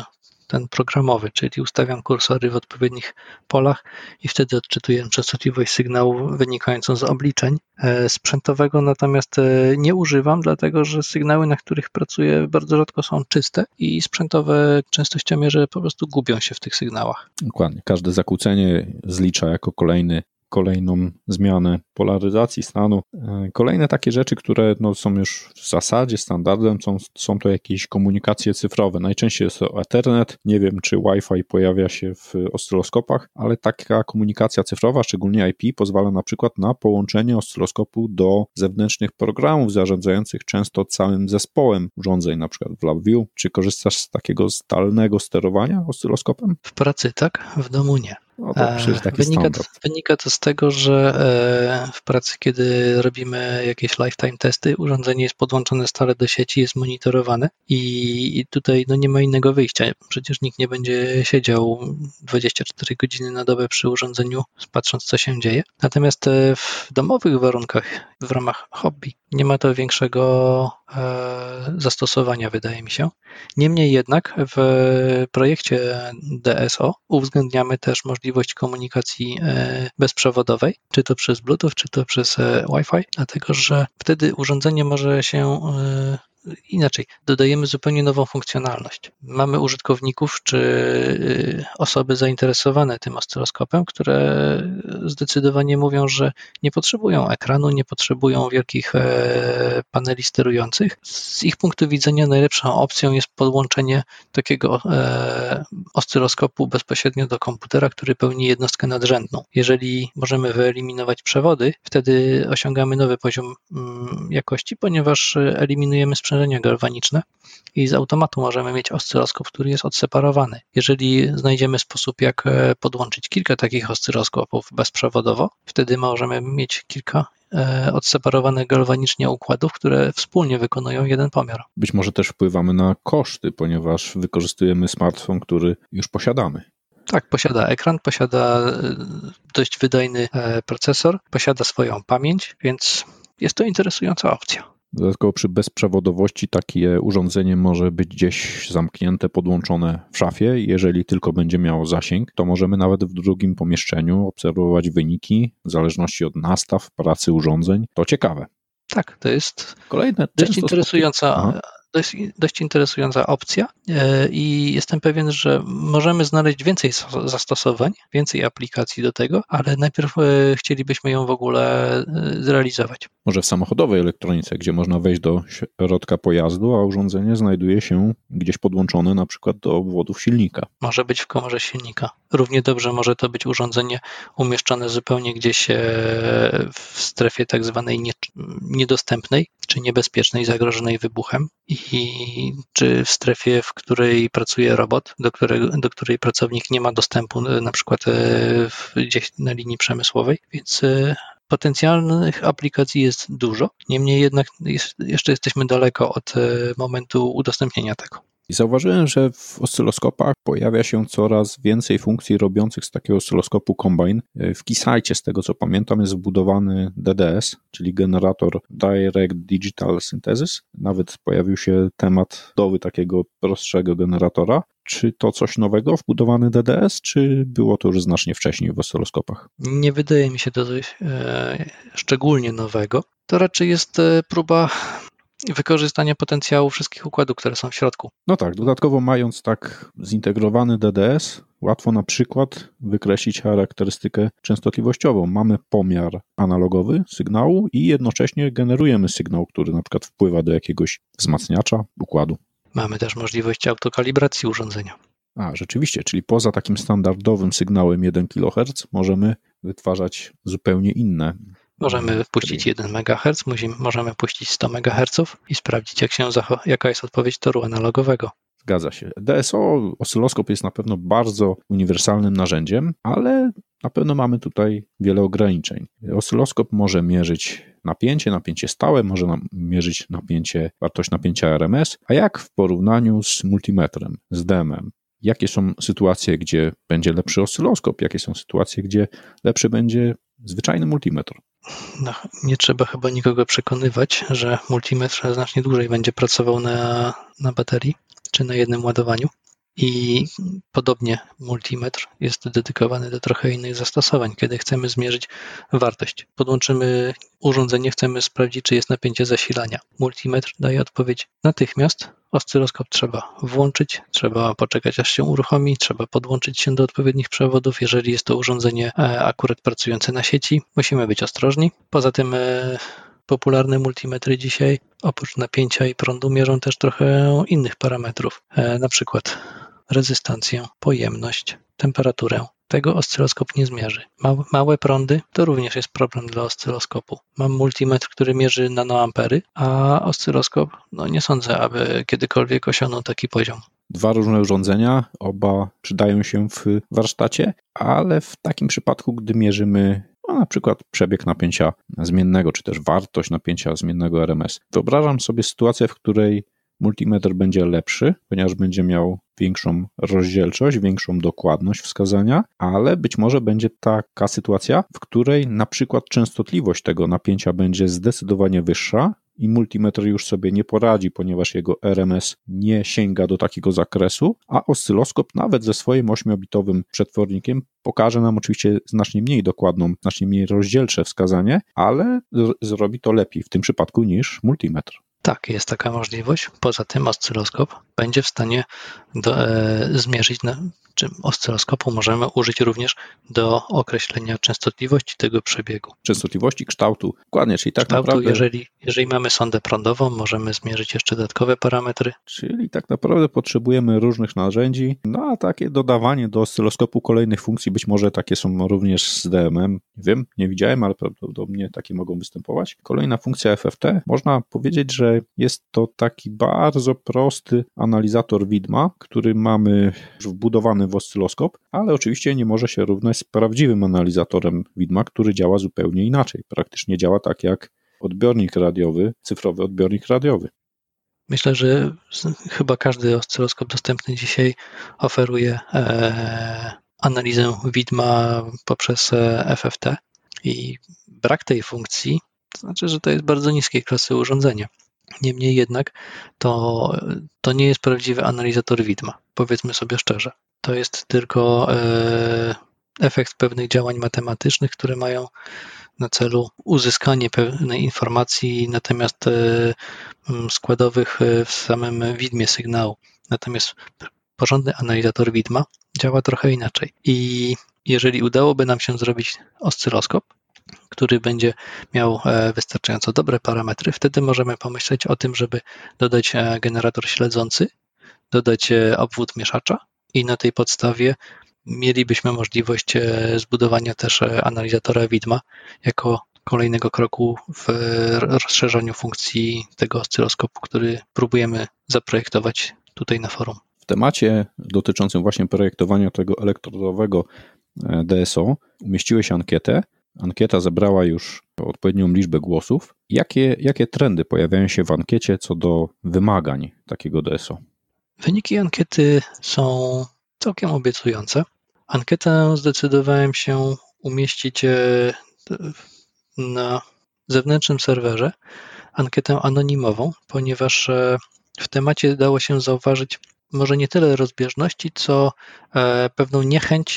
Speaker 2: ten programowy, czyli ustawiam kursory w odpowiednich polach i wtedy odczytuję częstotliwość sygnału wynikającą z obliczeń sprzętowego, natomiast nie używam, dlatego że sygnały, na których pracuję, bardzo rzadko są czyste i sprzętowe częstościomierze po prostu gubią się w tych sygnałach.
Speaker 1: Dokładnie. Każde zakłócenie zlicza jako kolejny kolejną zmianę polaryzacji stanu. Kolejne takie rzeczy, które no, są już w zasadzie standardem, są, są to jakieś komunikacje cyfrowe. Najczęściej jest to Ethernet. Nie wiem, czy Wi-Fi pojawia się w oscyloskopach, ale taka komunikacja cyfrowa, szczególnie I P, pozwala na przykład na połączenie oscyloskopu do zewnętrznych programów zarządzających często całym zespołem urządzeń, na przykład w LabVIEW. Czy korzystasz z takiego zdalnego sterowania oscyloskopem?
Speaker 2: W pracy tak, w domu nie.
Speaker 1: No to przecież taki
Speaker 2: wynika, to,
Speaker 1: standard.
Speaker 2: wynika to z tego, że w pracy, kiedy robimy jakieś lifetime testy, urządzenie jest podłączone stale do sieci, jest monitorowane i tutaj no nie ma innego wyjścia. Przecież nikt nie będzie siedział dwadzieścia cztery godziny na dobę przy urządzeniu, patrząc co się dzieje. Natomiast w domowych warunkach, w ramach hobby, nie ma to większego zastosowania, wydaje mi się. Niemniej jednak w projekcie D S O uwzględniamy też możliwość komunikacji bezprzewodowej, czy to przez Bluetooth, czy to przez Wi-Fi, dlatego że wtedy urządzenie może się inaczej, dodajemy zupełnie nową funkcjonalność. Mamy użytkowników czy osoby zainteresowane tym oscyloskopem, które zdecydowanie mówią, że nie potrzebują ekranu, nie potrzebują wielkich paneli sterujących. Z ich punktu widzenia najlepszą opcją jest podłączenie takiego oscyloskopu bezpośrednio do komputera, który pełni jednostkę nadrzędną. Jeżeli możemy wyeliminować przewody, wtedy osiągamy nowy poziom jakości, ponieważ eliminujemy sprzężenia galwaniczne i z automatu możemy mieć oscyloskop, który jest odseparowany. Jeżeli znajdziemy sposób, jak podłączyć kilka takich oscyloskopów bezprzewodowo, wtedy możemy mieć kilka odseparowanych galwanicznie układów, które wspólnie wykonują jeden pomiar.
Speaker 1: Być może też wpływamy na koszty, ponieważ wykorzystujemy smartfon, który już posiadamy.
Speaker 2: Tak, posiada ekran, posiada dość wydajny procesor, posiada swoją pamięć, więc jest to interesująca opcja.
Speaker 1: Dodatkowo przy bezprzewodowości takie urządzenie może być gdzieś zamknięte, podłączone w szafie. Jeżeli tylko będzie miało zasięg, to możemy nawet w drugim pomieszczeniu obserwować wyniki w zależności od nastaw pracy urządzeń. To ciekawe.
Speaker 2: Tak, to jest
Speaker 1: Kolejne
Speaker 2: dość interesująca,
Speaker 1: Aha.
Speaker 2: dość, dość interesująca opcja i jestem pewien, że możemy znaleźć więcej zastosowań, więcej aplikacji do tego, ale najpierw chcielibyśmy ją w ogóle zrealizować.
Speaker 1: Może w samochodowej elektronice, gdzie można wejść do środka pojazdu, a urządzenie znajduje się gdzieś podłączone na przykład do obwodów silnika.
Speaker 2: Może być w komorze silnika. Równie dobrze może to być urządzenie umieszczone zupełnie gdzieś w strefie tak zwanej niedostępnej, czy niebezpiecznej, zagrożonej wybuchem i czy w strefie, w której pracuje robot, do, którego, do której pracownik nie ma dostępu na przykład gdzieś na linii przemysłowej, więc potencjalnych aplikacji jest dużo, niemniej jednak jest, jeszcze jesteśmy daleko od momentu udostępnienia tego.
Speaker 1: I zauważyłem, że w oscyloskopach pojawia się coraz więcej funkcji robiących z takiego oscyloskopu Combine. W Keysightie, z tego co pamiętam, jest wbudowany D D S, czyli generator Direct Digital Synthesis. Nawet pojawił się temat budowy takiego prostszego generatora. Czy to coś nowego, wbudowany D D S, czy było to już znacznie wcześniej w oscyloskopach?
Speaker 2: Nie wydaje mi się to coś e, szczególnie nowego. To raczej jest próba wykorzystanie potencjału wszystkich układów, które są w środku.
Speaker 1: No tak, dodatkowo mając tak zintegrowany D D S, łatwo na przykład wykreślić charakterystykę częstotliwościową. Mamy pomiar analogowy sygnału i jednocześnie generujemy sygnał, który na przykład wpływa do jakiegoś wzmacniacza układu.
Speaker 2: Mamy też możliwość autokalibracji urządzenia.
Speaker 1: A, rzeczywiście, czyli poza takim standardowym sygnałem jeden kiloherc możemy wytwarzać zupełnie inne.
Speaker 2: Możemy puścić jeden megaherc, możemy puścić sto megaherców i sprawdzić, jak się zacho- jaka jest odpowiedź toru analogowego.
Speaker 1: Zgadza się. D S O, oscyloskop jest na pewno bardzo uniwersalnym narzędziem, ale na pewno mamy tutaj wiele ograniczeń. Oscyloskop może mierzyć napięcie, napięcie stałe, może nam mierzyć napięcie, wartość napięcia R M S, a jak w porównaniu z multimetrem, z D M M? Jakie są sytuacje, gdzie będzie lepszy oscyloskop, jakie są sytuacje, gdzie lepszy będzie zwyczajny multimetr?
Speaker 2: No, nie trzeba chyba nikogo przekonywać, że multimetr znacznie dłużej będzie pracował na, na baterii czy na jednym ładowaniu i podobnie multimetr jest dedykowany do trochę innych zastosowań. Kiedy chcemy zmierzyć wartość, podłączymy urządzenie, chcemy sprawdzić, czy jest napięcie zasilania. Multimetr daje odpowiedź natychmiast. Oscyloskop trzeba włączyć, trzeba poczekać, aż się uruchomi, trzeba podłączyć się do odpowiednich przewodów. Jeżeli jest to urządzenie akurat pracujące na sieci, musimy być ostrożni. Poza tym popularne multimetry dzisiaj oprócz napięcia i prądu mierzą też trochę innych parametrów, na przykład rezystancję, pojemność, temperaturę. Tego oscyloskop nie zmierzy. Małe, małe prądy to również jest problem dla oscyloskopu. Mam multimetr, który mierzy nanoampery, a oscyloskop, no nie sądzę, aby kiedykolwiek osiągnął taki poziom.
Speaker 1: Dwa różne urządzenia, oba przydają się w warsztacie, ale w takim przypadku, gdy mierzymy no, na przykład przebieg napięcia zmiennego, czy też wartość napięcia zmiennego R M S. Wyobrażam sobie sytuację, w której multimetr będzie lepszy, ponieważ będzie miał większą rozdzielczość, większą dokładność wskazania, ale być może będzie taka sytuacja, w której na przykład częstotliwość tego napięcia będzie zdecydowanie wyższa i multimetr już sobie nie poradzi, ponieważ jego R M S nie sięga do takiego zakresu, a oscyloskop nawet ze swoim ośmiobitowym przetwornikiem pokaże nam oczywiście znacznie mniej dokładną, znacznie mniej rozdzielcze wskazanie, ale z- zrobi to lepiej w tym przypadku niż multimetr.
Speaker 2: Tak, jest taka możliwość. Poza tym oscyloskop będzie w stanie do, e, zmierzyć, na, czy oscyloskopu możemy użyć również do określenia częstotliwości tego przebiegu.
Speaker 1: Częstotliwości, kształtu, dokładnie, czyli tak
Speaker 2: Kształtu,
Speaker 1: naprawdę...
Speaker 2: jeżeli, jeżeli mamy sondę prądową, możemy zmierzyć jeszcze dodatkowe parametry.
Speaker 1: Czyli tak naprawdę potrzebujemy różnych narzędzi, no a takie dodawanie do oscyloskopu kolejnych funkcji, być może takie są również z D M M, nie wiem, nie widziałem, ale prawdopodobnie takie mogą występować. Kolejna funkcja F F T, można powiedzieć, że jest to taki bardzo prosty analizator widma, który mamy wbudowany w oscyloskop, ale oczywiście nie może się równać z prawdziwym analizatorem widma, który działa zupełnie inaczej. Praktycznie działa tak jak odbiornik radiowy, cyfrowy odbiornik radiowy.
Speaker 2: Myślę, że chyba każdy oscyloskop dostępny dzisiaj oferuje e, analizę widma poprzez F F T i brak tej funkcji to znaczy, że to jest bardzo niskiej klasy urządzenie. Niemniej jednak to, to nie jest prawdziwy analizator widma, powiedzmy sobie szczerze. To jest tylko e, efekt pewnych działań matematycznych, które mają na celu uzyskanie pewnej informacji natomiast e, składowych w samym widmie sygnału. Natomiast porządny analizator widma działa trochę inaczej. I jeżeli udałoby nam się zrobić oscyloskop, który będzie miał wystarczająco dobre parametry, wtedy możemy pomyśleć o tym, żeby dodać generator śledzący, dodać obwód mieszacza i na tej podstawie mielibyśmy możliwość zbudowania też analizatora widma jako kolejnego kroku w rozszerzaniu funkcji tego oscyloskopu, który próbujemy zaprojektować tutaj na forum.
Speaker 1: W temacie dotyczącym właśnie projektowania tego elektrodowego D S O umieściłeś ankietę. Ankieta zebrała już odpowiednią liczbę głosów. Jakie, jakie trendy pojawiają się w ankiecie co do wymagań takiego D S O?
Speaker 2: Wyniki ankiety są całkiem obiecujące. Ankietę zdecydowałem się umieścić na zewnętrznym serwerze, ankietę anonimową, ponieważ w temacie dało się zauważyć może nie tyle rozbieżności, co pewną niechęć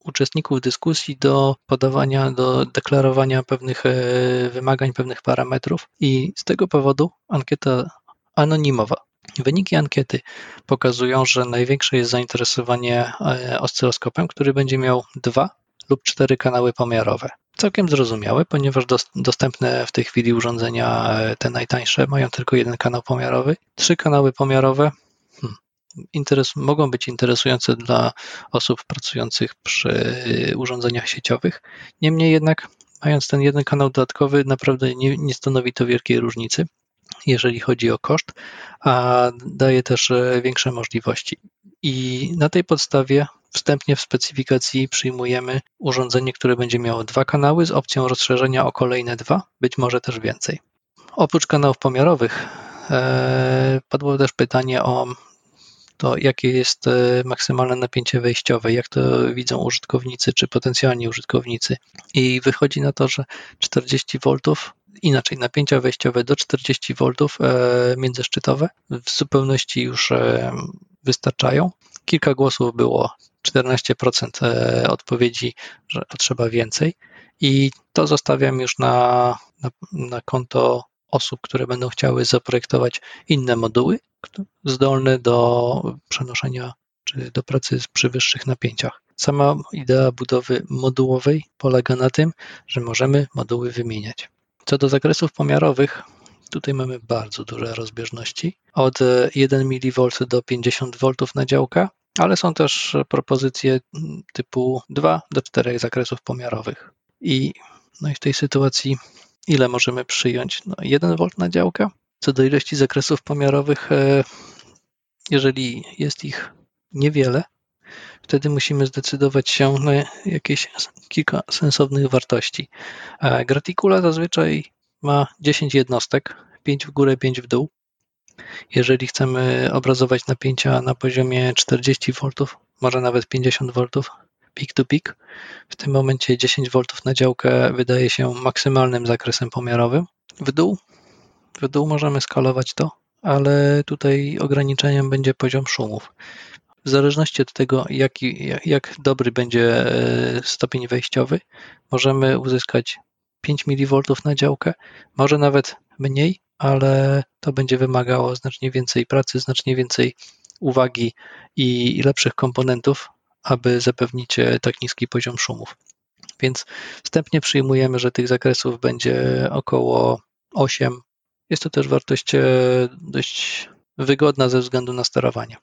Speaker 2: uczestników dyskusji do podawania, do deklarowania pewnych wymagań, pewnych parametrów i z tego powodu ankieta anonimowa. Wyniki ankiety pokazują, że największe jest zainteresowanie oscyloskopem, który będzie miał dwa lub cztery kanały pomiarowe. Całkiem zrozumiałe, ponieważ dostępne w tej chwili urządzenia, te najtańsze, mają tylko jeden kanał pomiarowy. Trzy kanały pomiarowe hmm, interes, mogą być interesujące dla osób pracujących przy urządzeniach sieciowych. Niemniej jednak, mając ten jeden kanał dodatkowy, naprawdę nie, nie stanowi to wielkiej różnicy, jeżeli chodzi o koszt, a daje też większe możliwości. I na tej podstawie wstępnie w specyfikacji przyjmujemy urządzenie, które będzie miało dwa kanały z opcją rozszerzenia o kolejne dwa, być może też więcej. Oprócz kanałów pomiarowych e, padło też pytanie o to, jakie jest maksymalne napięcie wejściowe, jak to widzą użytkownicy czy potencjalni użytkownicy. I wychodzi na to, że czterdzieści woltów, inaczej napięcia wejściowe do czterdzieści woltów międzyszczytowe w zupełności już wystarczają. Kilka głosów było, czternaście procent odpowiedzi, że potrzeba więcej i to zostawiam już na, na, na konto osób, które będą chciały zaprojektować inne moduły zdolne do przenoszenia czy do pracy przy wyższych napięciach. Sama idea budowy modułowej polega na tym, że możemy moduły wymieniać. Co do zakresów pomiarowych, tutaj mamy bardzo duże rozbieżności, od jeden miliwolt do pięćdziesiąt woltów na działka, ale są też propozycje typu dwa do czterech zakresów pomiarowych. I, no i w tej sytuacji ile możemy przyjąć? No, jeden wolt na działka. Co do ilości zakresów pomiarowych, jeżeli jest ich niewiele, wtedy musimy zdecydować się na jakieś kilka sensownych wartości. Graticula zazwyczaj ma dziesięć jednostek, pięć w górę, pięć w dół. Jeżeli chcemy obrazować napięcia na poziomie czterdzieści woltów, może nawet pięćdziesiąt woltów, peak to peak, w tym momencie dziesięć woltów na działkę wydaje się maksymalnym zakresem pomiarowym. W dół, w dół możemy skalować to, ale tutaj ograniczeniem będzie poziom szumów. W zależności od tego, jaki, jak dobry będzie stopień wejściowy, możemy uzyskać pięć miliwoltów na działkę, może nawet mniej, ale to będzie wymagało znacznie więcej pracy, znacznie więcej uwagi i lepszych komponentów, aby zapewnić tak niski poziom szumów. Więc wstępnie przyjmujemy, że tych zakresów będzie około osiem. Jest to też wartość dość wygodna ze względu na sterowanie.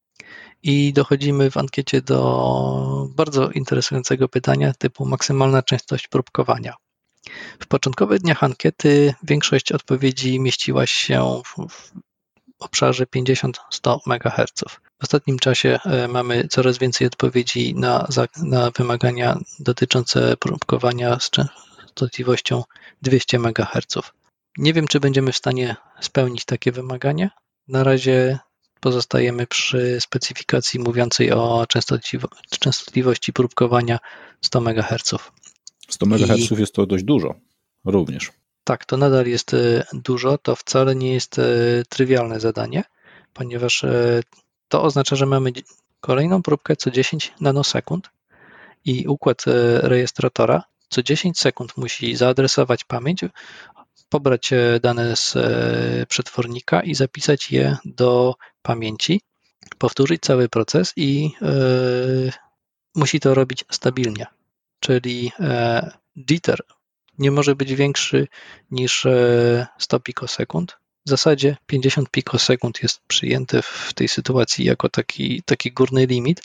Speaker 2: I dochodzimy w ankiecie do bardzo interesującego pytania typu maksymalna częstość próbkowania. W początkowych dniach ankiety większość odpowiedzi mieściła się w obszarze pięćdziesiąt do stu megaherców. W ostatnim czasie mamy coraz więcej odpowiedzi na, na wymagania dotyczące próbkowania z częstotliwością dwieście megaherców. Nie wiem, czy będziemy w stanie spełnić takie wymagania. Na razie pozostajemy przy specyfikacji mówiącej o częstotliwości próbkowania sto megaherców.
Speaker 1: sto megaherców I... jest to dość dużo również.
Speaker 2: Tak, to nadal jest dużo, to wcale nie jest trywialne zadanie, ponieważ to oznacza, że mamy kolejną próbkę co dziesięć nanosekund i układ rejestratora co dziesięć sekund musi zaadresować pamięć, pobrać dane z przetwornika i zapisać je do pamięci, powtórzyć cały proces i yy, musi to robić stabilnie, czyli yy, jitter nie może być większy niż sto pikosekund. W zasadzie pięćdziesiąt pikosekund jest przyjęte w tej sytuacji jako taki, taki górny limit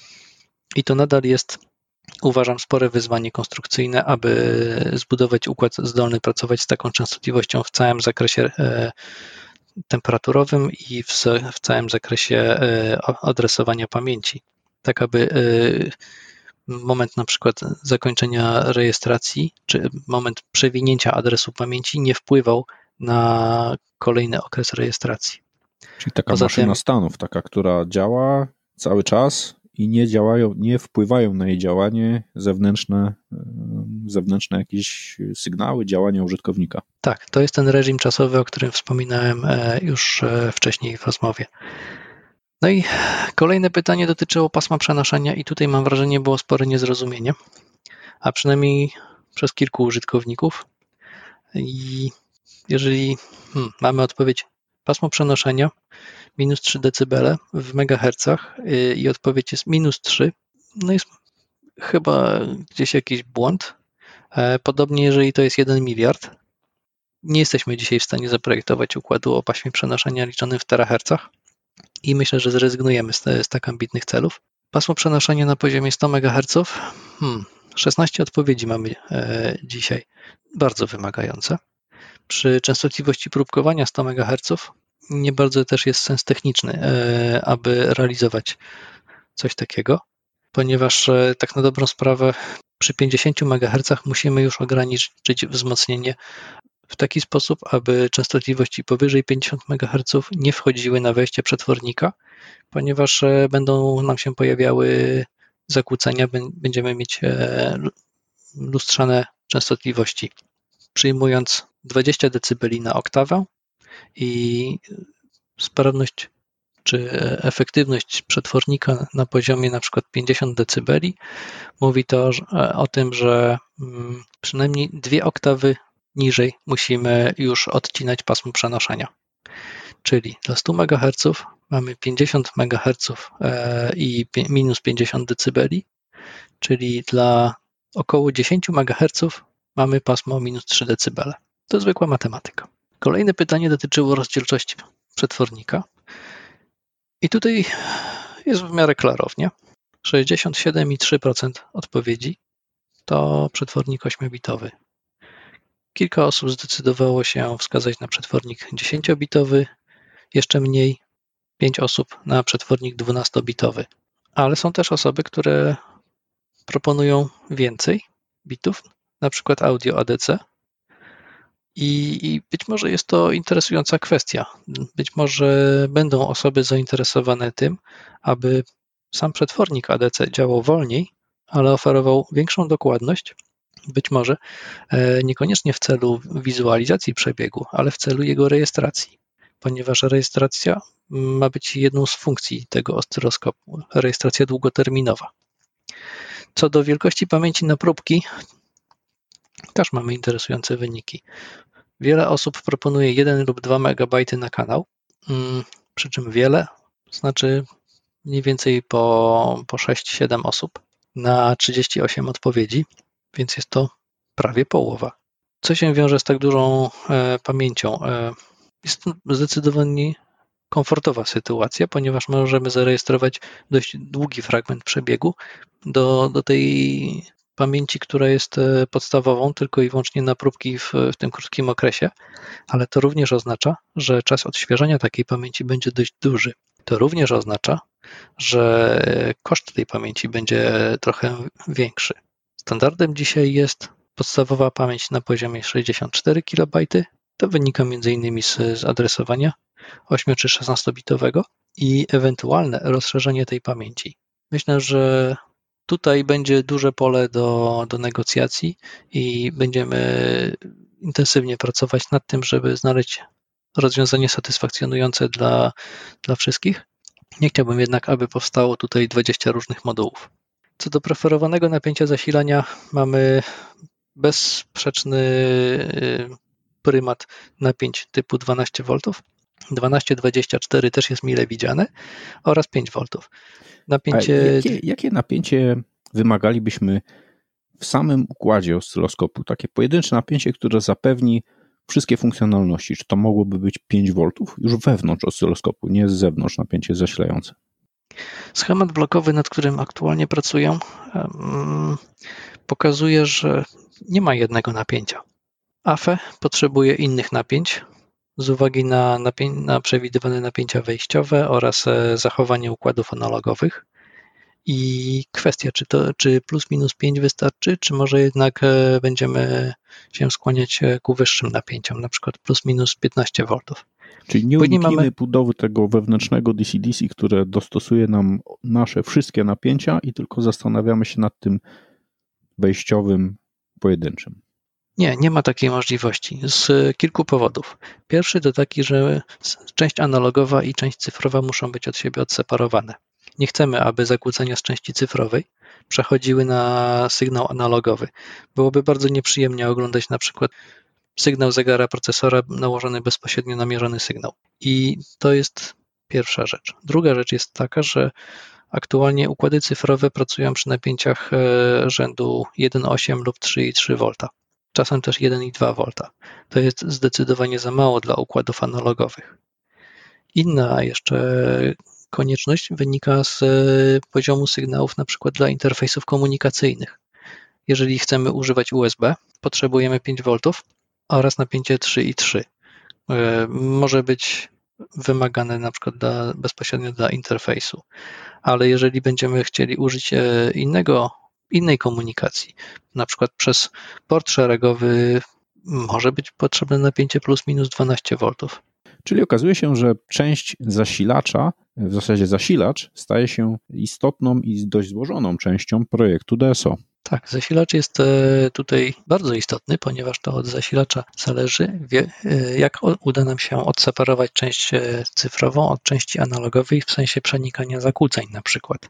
Speaker 2: i to nadal jest, uważam, spore wyzwanie konstrukcyjne, aby zbudować układ zdolny pracować z taką częstotliwością w całym zakresie temperaturowym i w, w całym zakresie adresowania pamięci, tak aby moment na przykład zakończenia rejestracji, czy moment przewinięcia adresu pamięci nie wpływał na kolejny okres rejestracji.
Speaker 1: Czyli taka Poza maszyna tym, stanów, taka, która działa cały czas i nie działają, nie wpływają na jej działanie zewnętrzne, zewnętrzne jakieś sygnały, działania użytkownika.
Speaker 2: Tak, to jest ten reżim czasowy, o którym wspominałem już wcześniej w rozmowie. No i kolejne pytanie dotyczyło pasma przenoszenia i tutaj mam wrażenie było spore niezrozumienie, a przynajmniej przez kilku użytkowników. I jeżeli hmm, mamy odpowiedź pasmo przenoszenia minus trzy decybele w megahercach yy, i odpowiedź jest minus trzy, no jest chyba gdzieś jakiś błąd. E, podobnie jeżeli to jest jeden miliard, nie jesteśmy dzisiaj w stanie zaprojektować układu o paśmie przenoszenia liczonym w terahercach i myślę, że zrezygnujemy z, z tak ambitnych celów. Pasmo przenoszenia na poziomie sto megaherców, hmm, szesnaście odpowiedzi mamy e, dzisiaj, bardzo wymagające. Przy częstotliwości próbkowania sto megaherców nie bardzo też jest sens techniczny, e, aby realizować coś takiego, ponieważ e, tak na dobrą sprawę przy pięćdziesięciu megahercach musimy już ograniczyć wzmocnienie w taki sposób, aby częstotliwości powyżej pięćdziesiąt megaherców nie wchodziły na wejście przetwornika, ponieważ będą nam się pojawiały zakłócenia, będziemy mieć lustrzane częstotliwości. Przyjmując dwadzieścia decybeli na oktawę i sprawność czy efektywność przetwornika na poziomie na przykład pięćdziesiąt decybeli, mówi to o tym, że przynajmniej dwie oktawy niżej musimy już odcinać pasmo przenoszenia. Czyli dla stu megaherców mamy pięćdziesiąt megaherców i minus pięćdziesiąt decybeli, czyli dla około dziesięć megaherców mamy pasmo minus trzy decybele. To zwykła matematyka. Kolejne pytanie dotyczyło rozdzielczości przetwornika. I tutaj jest w miarę klarownie. sześćdziesiąt siedem przecinek trzy procent odpowiedzi to przetwornik ośmiobitowy. Kilka osób zdecydowało się wskazać na przetwornik dziesięciobitowy, jeszcze mniej, pięć osób na przetwornik dwunastobitowy. Ale są też osoby, które proponują więcej bitów, na przykład audio A D C. I, I być może jest to interesująca kwestia. Być może będą osoby zainteresowane tym, aby sam przetwornik A D C działał wolniej, ale oferował większą dokładność. Być może niekoniecznie w celu wizualizacji przebiegu, ale w celu jego rejestracji, ponieważ rejestracja ma być jedną z funkcji tego oscyloskopu, rejestracja długoterminowa. Co do wielkości pamięci na próbki, też mamy interesujące wyniki. Wiele osób proponuje jeden lub dwa megabajty na kanał, przy czym wiele, znaczy mniej więcej po, po sześć siedem osób na trzydzieści osiem odpowiedzi, więc jest to prawie połowa. Co się wiąże z tak dużą e, pamięcią? E, jest to zdecydowanie komfortowa sytuacja, ponieważ możemy zarejestrować dość długi fragment przebiegu do, do tej pamięci, która jest podstawową tylko i wyłącznie na próbki w, w tym krótkim okresie, ale to również oznacza, że czas odświeżania takiej pamięci będzie dość duży. To również oznacza, że koszt tej pamięci będzie trochę większy. Standardem dzisiaj jest podstawowa pamięć na poziomie sześćdziesiąt cztery kilobajty. To wynika m.in. z, z adresowania osiem czy szesnastobitowego i ewentualne rozszerzenie tej pamięci. Myślę, że tutaj będzie duże pole do, do negocjacji i będziemy intensywnie pracować nad tym, żeby znaleźć rozwiązanie satysfakcjonujące dla, dla wszystkich. Nie chciałbym jednak, aby powstało tutaj dwadzieścia różnych modułów. Co do preferowanego napięcia zasilania, mamy bezsprzeczny prymat napięć typu dwanaście woltów. dwanaście dwadzieścia cztery też jest mile widziane oraz pięć woltów. Napięcie...
Speaker 1: Jakie, jakie napięcie wymagalibyśmy w samym układzie oscyloskopu? Takie pojedyncze napięcie, które zapewni wszystkie funkcjonalności. Czy to mogłoby być pięć woltów już wewnątrz oscyloskopu, nie z zewnątrz napięcie zasilające?
Speaker 2: Schemat blokowy, nad którym aktualnie pracuję, pokazuje, że nie ma jednego napięcia. A F E potrzebuje innych napięć z uwagi na, napię- na przewidywane napięcia wejściowe oraz zachowanie układów analogowych. I kwestia, czy to czy plus minus pięć wystarczy, czy może jednak będziemy się skłaniać ku wyższym napięciom, na przykład plus minus piętnaście woltów.
Speaker 1: Czyli nie uniknijmy mamy... budowy tego wewnętrznego D C D C, które dostosuje nam nasze wszystkie napięcia i tylko zastanawiamy się nad tym wejściowym pojedynczym.
Speaker 2: Nie, nie ma takiej możliwości z kilku powodów. Pierwszy to taki, że część analogowa i część cyfrowa muszą być od siebie odseparowane. Nie chcemy, aby zakłócenia z części cyfrowej przechodziły na sygnał analogowy. Byłoby bardzo nieprzyjemnie oglądać na przykład sygnał zegara procesora nałożony bezpośrednio na mierzony sygnał. I to jest pierwsza rzecz. Druga rzecz jest taka, że aktualnie układy cyfrowe pracują przy napięciach rzędu jeden przecinek osiem lub trzy przecinek trzy wolta. Czasem też jeden przecinek dwa wolta. To jest zdecydowanie za mało dla układów analogowych. Inna jeszcze konieczność wynika z poziomu sygnałów na przykład dla interfejsów komunikacyjnych. Jeżeli chcemy używać U S B, potrzebujemy pięć woltów oraz napięcie trzy przecinek trzy. Może być wymagane na przykład dla, bezpośrednio dla interfejsu, ale jeżeli będziemy chcieli użyć innego, innej komunikacji, na przykład przez port szeregowy, może być potrzebne napięcie plus minus dwanaście woltów.
Speaker 1: Czyli okazuje się, że część zasilacza, w zasadzie zasilacz, staje się istotną i dość złożoną częścią projektu D S O.
Speaker 2: Tak, zasilacz jest tutaj bardzo istotny, ponieważ to od zasilacza zależy, jak uda nam się odseparować część cyfrową od części analogowej w sensie przenikania zakłóceń na przykład.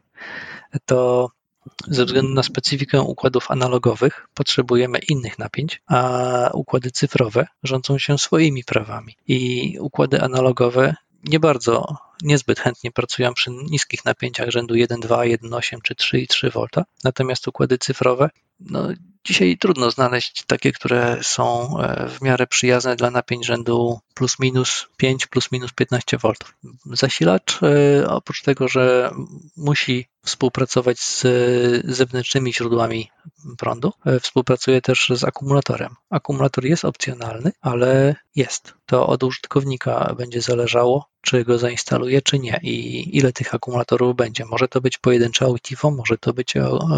Speaker 2: To ze względu na specyfikę układów analogowych potrzebujemy innych napięć, a układy cyfrowe rządzą się swoimi prawami. I układy analogowe nie bardzo, niezbyt chętnie pracują przy niskich napięciach rzędu jeden przecinek dwa, jeden przecinek osiem czy trzy przecinek trzy wolta. Natomiast układy cyfrowe, no dzisiaj trudno znaleźć takie, które są w miarę przyjazne dla napięć rzędu plus minus pięć, plus minus piętnaście woltów. Zasilacz oprócz tego, że musi współpracować z zewnętrznymi źródłami prądu, współpracuje też z akumulatorem. Akumulator jest opcjonalny, ale jest. To od użytkownika będzie zależało, czy go zainstaluje, czy nie i ile tych akumulatorów będzie. Może to być pojedyncze ogniwo, może to być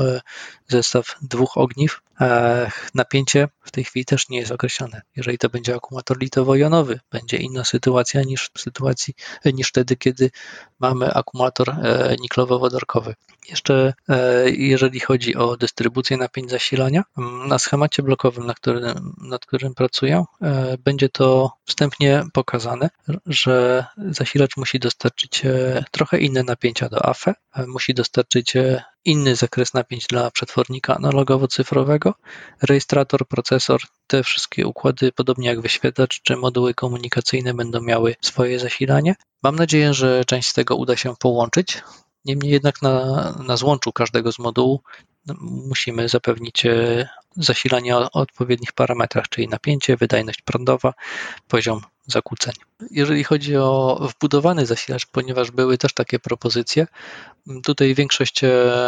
Speaker 2: zestaw dwóch ogniw. Napięcie w tej chwili też nie jest określone. Jeżeli to będzie akumulator litowo-jonowy, będzie inna sytuacja niż w sytuacji, niż wtedy, kiedy mamy akumulator niklowo-wodorkowy. Jeszcze jeżeli chodzi o dystrybucję napięć zasilania, na schemacie blokowym, nad którym, nad którym pracuję, będzie to wstępnie pokazane, że zasilacz musi dostarczyć trochę inne napięcia do A F E, musi dostarczyć inny zakres napięć dla przetwornika analogowo-cyfrowego, rejestrator, procesor, te wszystkie układy, podobnie jak wyświetlacz czy moduły komunikacyjne będą miały swoje zasilanie. Mam nadzieję, że część z tego uda się połączyć. Niemniej jednak na, na złączu każdego z modułu musimy zapewnić zasilanie o odpowiednich parametrach, czyli napięcie, wydajność prądowa, poziom zakłóceń. Jeżeli chodzi o wbudowany zasilacz, ponieważ były też takie propozycje, tutaj większość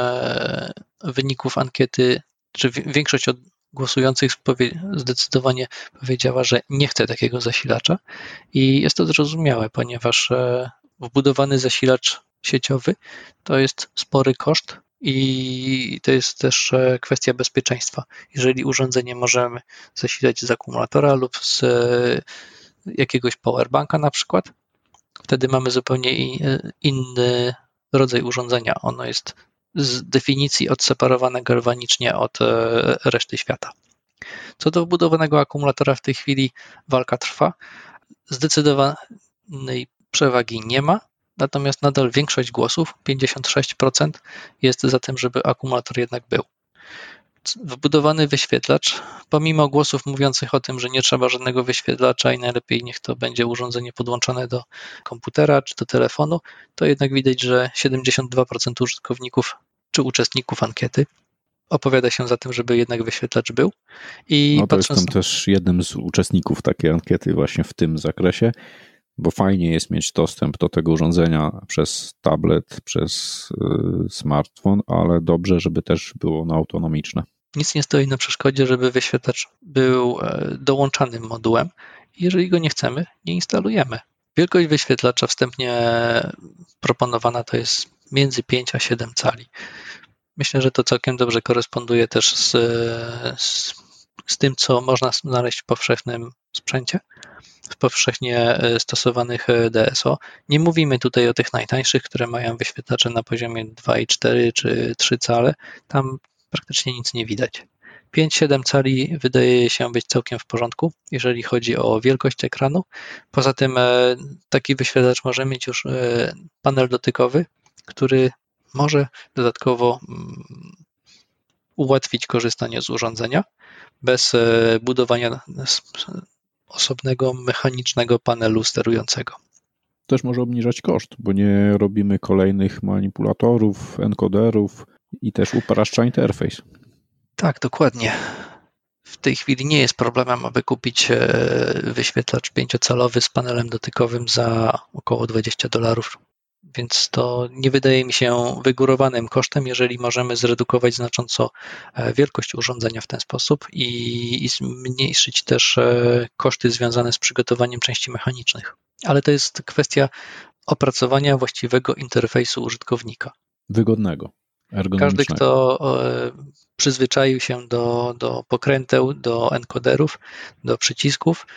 Speaker 2: wyników ankiety, czy większość od głosujących zdecydowanie powiedziała, że nie chce takiego zasilacza i jest to zrozumiałe, ponieważ wbudowany zasilacz sieciowy to jest spory koszt i to jest też kwestia bezpieczeństwa. Jeżeli urządzenie możemy zasilać z akumulatora lub z jakiegoś powerbanka na przykład, wtedy mamy zupełnie inny rodzaj urządzenia. Ono jest z definicji odseparowane galwanicznie od reszty świata. Co do wbudowanego akumulatora w tej chwili walka trwa. Zdecydowanej przewagi nie ma, natomiast nadal większość głosów, pięćdziesiąt sześć procent, jest za tym, żeby akumulator jednak był. Wbudowany wyświetlacz, pomimo głosów mówiących o tym, że nie trzeba żadnego wyświetlacza i najlepiej niech to będzie urządzenie podłączone do komputera czy do telefonu, to jednak widać, że siedemdziesiąt dwa procent użytkowników czy uczestników ankiety opowiada się za tym, żeby jednak wyświetlacz był. I
Speaker 1: no to
Speaker 2: patrząc...
Speaker 1: jestem też jednym z uczestników takiej ankiety właśnie w tym zakresie, bo fajnie jest mieć dostęp do tego urządzenia przez tablet, przez y, smartfon, ale dobrze, żeby też było ono autonomiczne.
Speaker 2: Nic nie stoi na przeszkodzie, żeby wyświetlacz był dołączanym modułem. Jeżeli go nie chcemy, nie instalujemy. Wielkość wyświetlacza wstępnie proponowana to jest między pięć a siedem cali. Myślę, że to całkiem dobrze koresponduje też z, z, z tym, co można znaleźć w powszechnym sprzęcie, w powszechnie stosowanych D S O. Nie mówimy tutaj o tych najtańszych, które mają wyświetlacze na poziomie dwa i cztery czy trzy cale. Tam praktycznie nic nie widać. pięć pięć siedem cali wydaje się być całkiem w porządku, jeżeli chodzi o wielkość ekranu. Poza tym taki wyświetlacz może mieć już panel dotykowy, który może dodatkowo ułatwić korzystanie z urządzenia bez budowania osobnego mechanicznego panelu sterującego.
Speaker 1: Też może obniżać koszt, bo nie robimy kolejnych manipulatorów, encoderów i też upraszcza interfejs.
Speaker 2: Tak, dokładnie. W tej chwili nie jest problemem, aby kupić wyświetlacz pięciocalowy z panelem dotykowym za około dwadzieścia dolarów, więc to nie wydaje mi się wygórowanym kosztem, jeżeli możemy zredukować znacząco wielkość urządzenia w ten sposób i, i zmniejszyć też koszty związane z przygotowaniem części mechanicznych. Ale to jest kwestia opracowania właściwego interfejsu użytkownika.
Speaker 1: Wygodnego, ergonomicznego.
Speaker 2: Każdy, kto przyzwyczaił się do, do pokręteł, do encoderów, do przycisków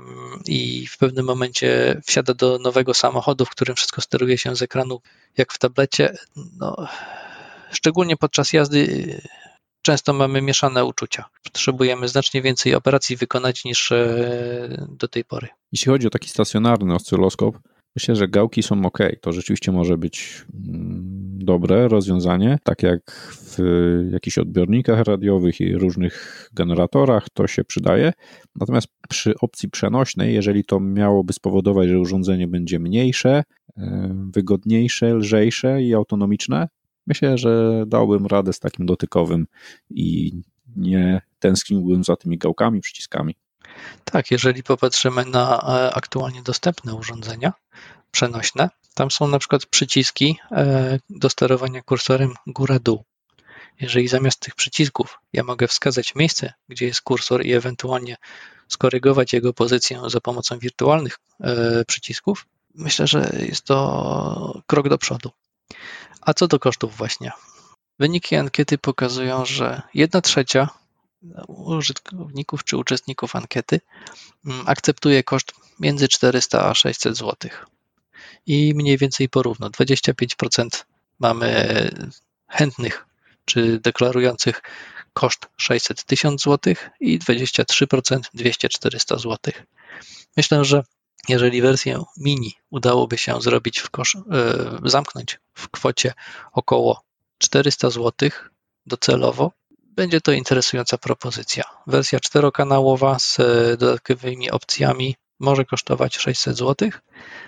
Speaker 2: i w pewnym momencie wsiada do nowego samochodu, w którym wszystko steruje się z ekranu jak w tablecie, no, szczególnie podczas jazdy często mamy mieszane uczucia. Potrzebujemy znacznie więcej operacji wykonać niż do tej pory.
Speaker 1: Jeśli chodzi o taki stacjonarny oscyloskop, myślę, że gałki są ok. To rzeczywiście może być dobre rozwiązanie, tak jak w jakichś odbiornikach radiowych i różnych generatorach to się przydaje. Natomiast przy opcji przenośnej, jeżeli to miałoby spowodować, że urządzenie będzie mniejsze, wygodniejsze, lżejsze i autonomiczne, myślę, że dałbym radę z takim dotykowym i nie tęskniłbym za tymi gałkami, przyciskami.
Speaker 2: Tak, jeżeli popatrzymy na aktualnie dostępne urządzenia przenośne, tam są na przykład przyciski do sterowania kursorem góra-dół. Jeżeli zamiast tych przycisków ja mogę wskazać miejsce, gdzie jest kursor i ewentualnie skorygować jego pozycję za pomocą wirtualnych przycisków, myślę, że jest to krok do przodu. A co do kosztów właśnie? Wyniki ankiety pokazują, że jedna trzecia użytkowników czy uczestników ankiety akceptuje koszt między czterysta a sześćset złotych. I mniej więcej porówno. dwadzieścia pięć procent mamy chętnych czy deklarujących koszt sześćset tysiąc złotych i dwadzieścia trzy procent dwieście czterysta złotych. Myślę, że jeżeli wersję mini udałoby się zrobić w kosz, yy, zamknąć w kwocie około czterysta złotych docelowo, będzie to interesująca propozycja. Wersja czterokanałowa z dodatkowymi opcjami może kosztować sześćset złotych.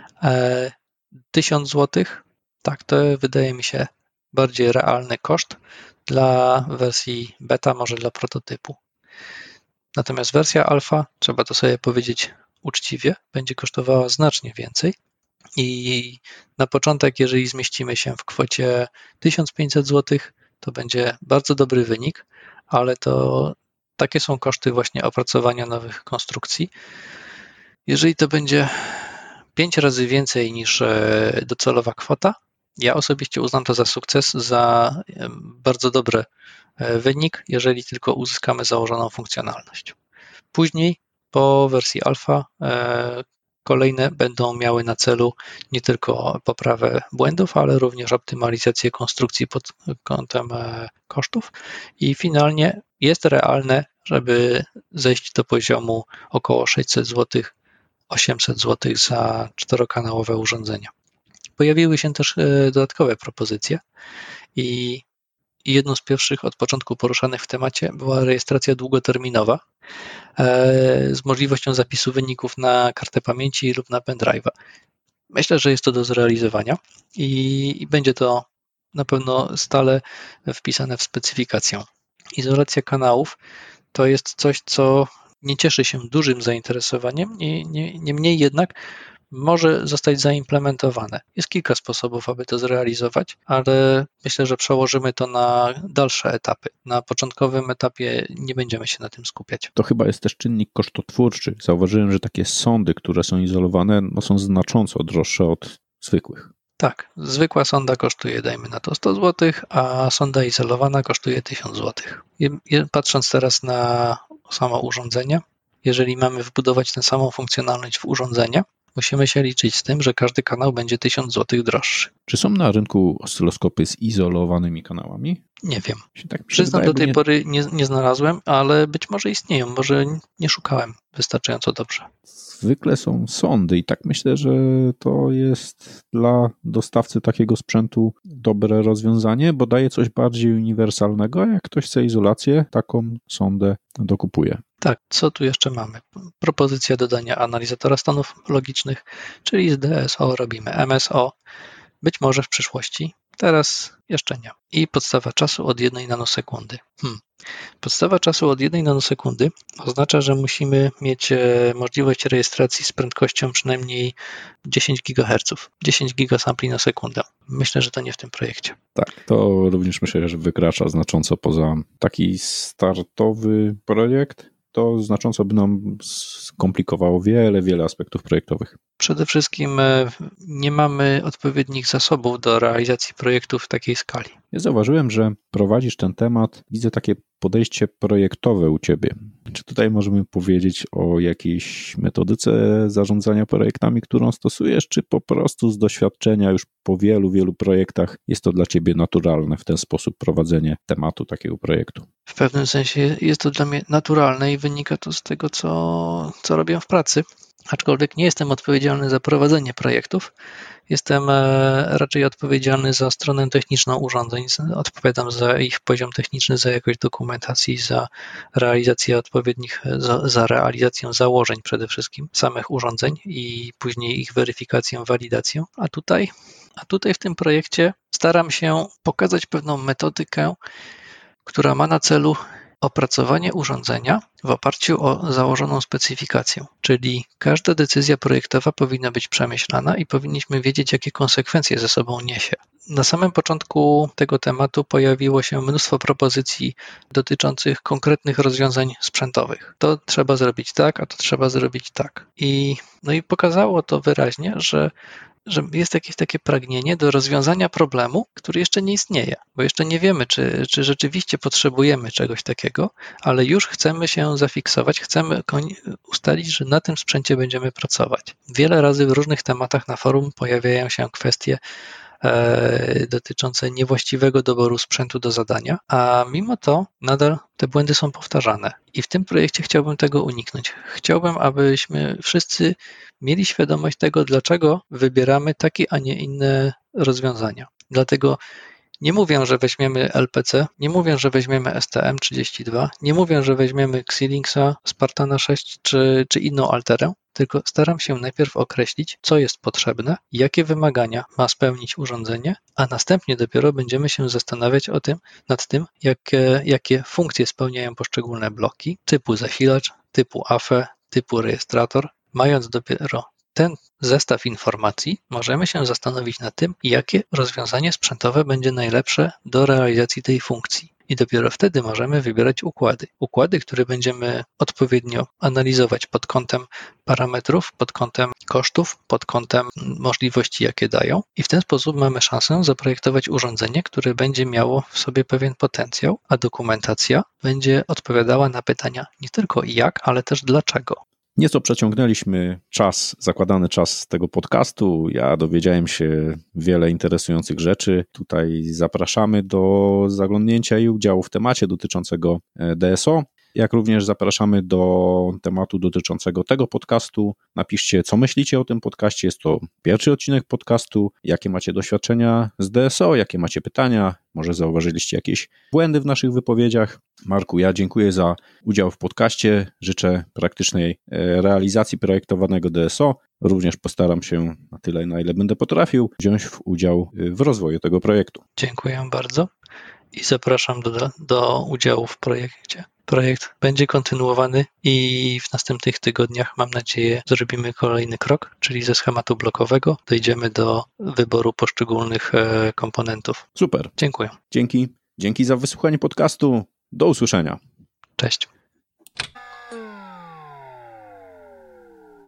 Speaker 2: tysiąc złotych, tak, to wydaje mi się bardziej realny koszt dla wersji beta, może dla prototypu. Natomiast wersja alfa, trzeba to sobie powiedzieć uczciwie, będzie kosztowała znacznie więcej i na początek, jeżeli zmieścimy się w kwocie tysiąc pięćset złotych, to będzie bardzo dobry wynik, ale to takie są koszty właśnie opracowania nowych konstrukcji. Jeżeli to będzie pięć razy więcej niż docelowa kwota, ja osobiście uznam to za sukces, za bardzo dobry wynik, jeżeli tylko uzyskamy założoną funkcjonalność. Później po wersji alfa kolejne będą miały na celu nie tylko poprawę błędów, ale również optymalizację konstrukcji pod kątem kosztów i finalnie jest realne, żeby zejść do poziomu około sześćset złotych, osiemset złotych za czterokanałowe urządzenia. Pojawiły się też dodatkowe propozycje i jedną z pierwszych od początku poruszanych w temacie była rejestracja długoterminowa z możliwością zapisu wyników na kartę pamięci lub na pendrive'a. Myślę, że jest to do zrealizowania i, i będzie to na pewno stale wpisane w specyfikację. Izolacja kanałów to jest coś, co nie cieszy się dużym zainteresowaniem, nie, nie, niemniej jednak może zostać zaimplementowane. Jest kilka sposobów, aby to zrealizować, ale myślę, że przełożymy to na dalsze etapy. Na początkowym etapie nie będziemy się na tym skupiać.
Speaker 1: To chyba jest też czynnik kosztotwórczy. Zauważyłem, że takie sondy, które są izolowane, no są znacząco droższe od zwykłych.
Speaker 2: Tak, zwykła sonda kosztuje, dajmy na to sto złotych, a sonda izolowana kosztuje tysiąc złotych. Patrząc teraz na samo urządzenie, jeżeli mamy wbudować tę samą funkcjonalność w urządzenie, musimy się liczyć z tym, że każdy kanał będzie tysiąc złotych droższy.
Speaker 1: Czy są na rynku oscyloskopy z izolowanymi kanałami?
Speaker 2: Nie wiem.
Speaker 1: Tak
Speaker 2: Przyznam,
Speaker 1: wydaje,
Speaker 2: do tej
Speaker 1: nie...
Speaker 2: pory nie, nie znalazłem, ale być może istnieją, może nie szukałem wystarczająco dobrze.
Speaker 1: Zwykle są sondy i tak myślę, że to jest dla dostawcy takiego sprzętu dobre rozwiązanie, bo daje coś bardziej uniwersalnego, a jak ktoś chce izolację, taką sondę dokupuje.
Speaker 2: Tak, co tu jeszcze mamy? Propozycja dodania analizatora stanów logicznych, czyli z D S O robimy M S O, być może w przyszłości, teraz jeszcze nie. I podstawa czasu od jednej nanosekundy. Hmm. Podstawa czasu od jednej nanosekundy oznacza, że musimy mieć możliwość rejestracji z prędkością przynajmniej dziesięć gigaherców, dziesięć gigasampli na sekundę. Myślę, że to nie w tym projekcie.
Speaker 1: Tak, to również myślę, że wykracza znacząco poza taki startowy projekt. To znacząco by nam skomplikowało wiele, wiele aspektów projektowych.
Speaker 2: Przede wszystkim nie mamy odpowiednich zasobów do realizacji projektów w takiej skali.
Speaker 1: Ja zauważyłem, że prowadzisz ten temat, widzę takie podejście projektowe u Ciebie. Czy tutaj możemy powiedzieć o jakiejś metodyce zarządzania projektami, którą stosujesz, czy po prostu z doświadczenia już po wielu, wielu projektach jest to dla Ciebie naturalne w ten sposób prowadzenie tematu takiego projektu?
Speaker 2: W pewnym sensie jest to dla mnie naturalne i wynika to z tego, co, co robię w pracy. Aczkolwiek nie jestem odpowiedzialny za prowadzenie projektów, jestem raczej odpowiedzialny za stronę techniczną urządzeń, odpowiadam za ich poziom techniczny, za jakość dokumentacji, za realizację odpowiednich, za, za realizację założeń przede wszystkim samych urządzeń i później ich weryfikację, walidację. A tutaj, a tutaj w tym projekcie staram się pokazać pewną metodykę, która ma na celu opracowanie urządzenia w oparciu o założoną specyfikację, czyli każda decyzja projektowa powinna być przemyślana i powinniśmy wiedzieć, jakie konsekwencje ze sobą niesie. Na samym początku tego tematu pojawiło się mnóstwo propozycji dotyczących konkretnych rozwiązań sprzętowych. To trzeba zrobić tak, a to trzeba zrobić tak. I, no i pokazało to wyraźnie, że że jest jakieś takie pragnienie do rozwiązania problemu, który jeszcze nie istnieje, bo jeszcze nie wiemy, czy, czy rzeczywiście potrzebujemy czegoś takiego, ale już chcemy się zafiksować, chcemy ustalić, że na tym sprzęcie będziemy pracować. Wiele razy w różnych tematach na forum pojawiają się kwestie e, dotyczące niewłaściwego doboru sprzętu do zadania, a mimo to nadal te błędy są powtarzane. I w tym projekcie chciałbym tego uniknąć. Chciałbym, abyśmy wszyscy mieli świadomość tego, dlaczego wybieramy takie, a nie inne rozwiązania. Dlatego nie mówię, że weźmiemy L P C, nie mówię, że weźmiemy S T M trzydzieści dwa, nie mówię, że weźmiemy Xilinxa, Spartana sześć czy, czy inną alterę, tylko staram się najpierw określić, co jest potrzebne, jakie wymagania ma spełnić urządzenie, a następnie dopiero będziemy się zastanawiać o tym, nad tym, jakie, jakie funkcje spełniają poszczególne bloki typu zasilacz, typu A F E, typu rejestrator. Mając dopiero ten zestaw informacji, możemy się zastanowić nad tym, jakie rozwiązanie sprzętowe będzie najlepsze do realizacji tej funkcji. I dopiero wtedy możemy wybierać układy. Układy, które będziemy odpowiednio analizować pod kątem parametrów, pod kątem kosztów, pod kątem możliwości, jakie dają. I w ten sposób mamy szansę zaprojektować urządzenie, które będzie miało w sobie pewien potencjał, a dokumentacja będzie odpowiadała na pytania nie tylko jak, ale też dlaczego.
Speaker 1: Nieco przeciągnęliśmy czas, zakładany czas tego podcastu. Ja dowiedziałem się wiele interesujących rzeczy. Tutaj zapraszamy do zaglądnięcia i udziału w temacie dotyczącego D S O. Jak również zapraszamy do tematu dotyczącego tego podcastu. Napiszcie, co myślicie o tym podcaście. Jest to pierwszy odcinek podcastu. Jakie macie doświadczenia z D S O, jakie macie pytania? Może zauważyliście jakieś błędy w naszych wypowiedziach? Marku, ja dziękuję za udział w podcaście. Życzę praktycznej realizacji projektowanego D S O. Również postaram się na tyle, na ile będę potrafił, wziąć udział w rozwoju tego projektu.
Speaker 2: Dziękuję bardzo i zapraszam do, do udziału w projekcie. Projekt będzie kontynuowany i w następnych tygodniach, mam nadzieję, zrobimy kolejny krok, czyli ze schematu blokowego dojdziemy do wyboru poszczególnych komponentów.
Speaker 1: Super.
Speaker 2: Dziękuję.
Speaker 1: Dzięki. Dzięki za wysłuchanie podcastu. Do usłyszenia.
Speaker 2: Cześć.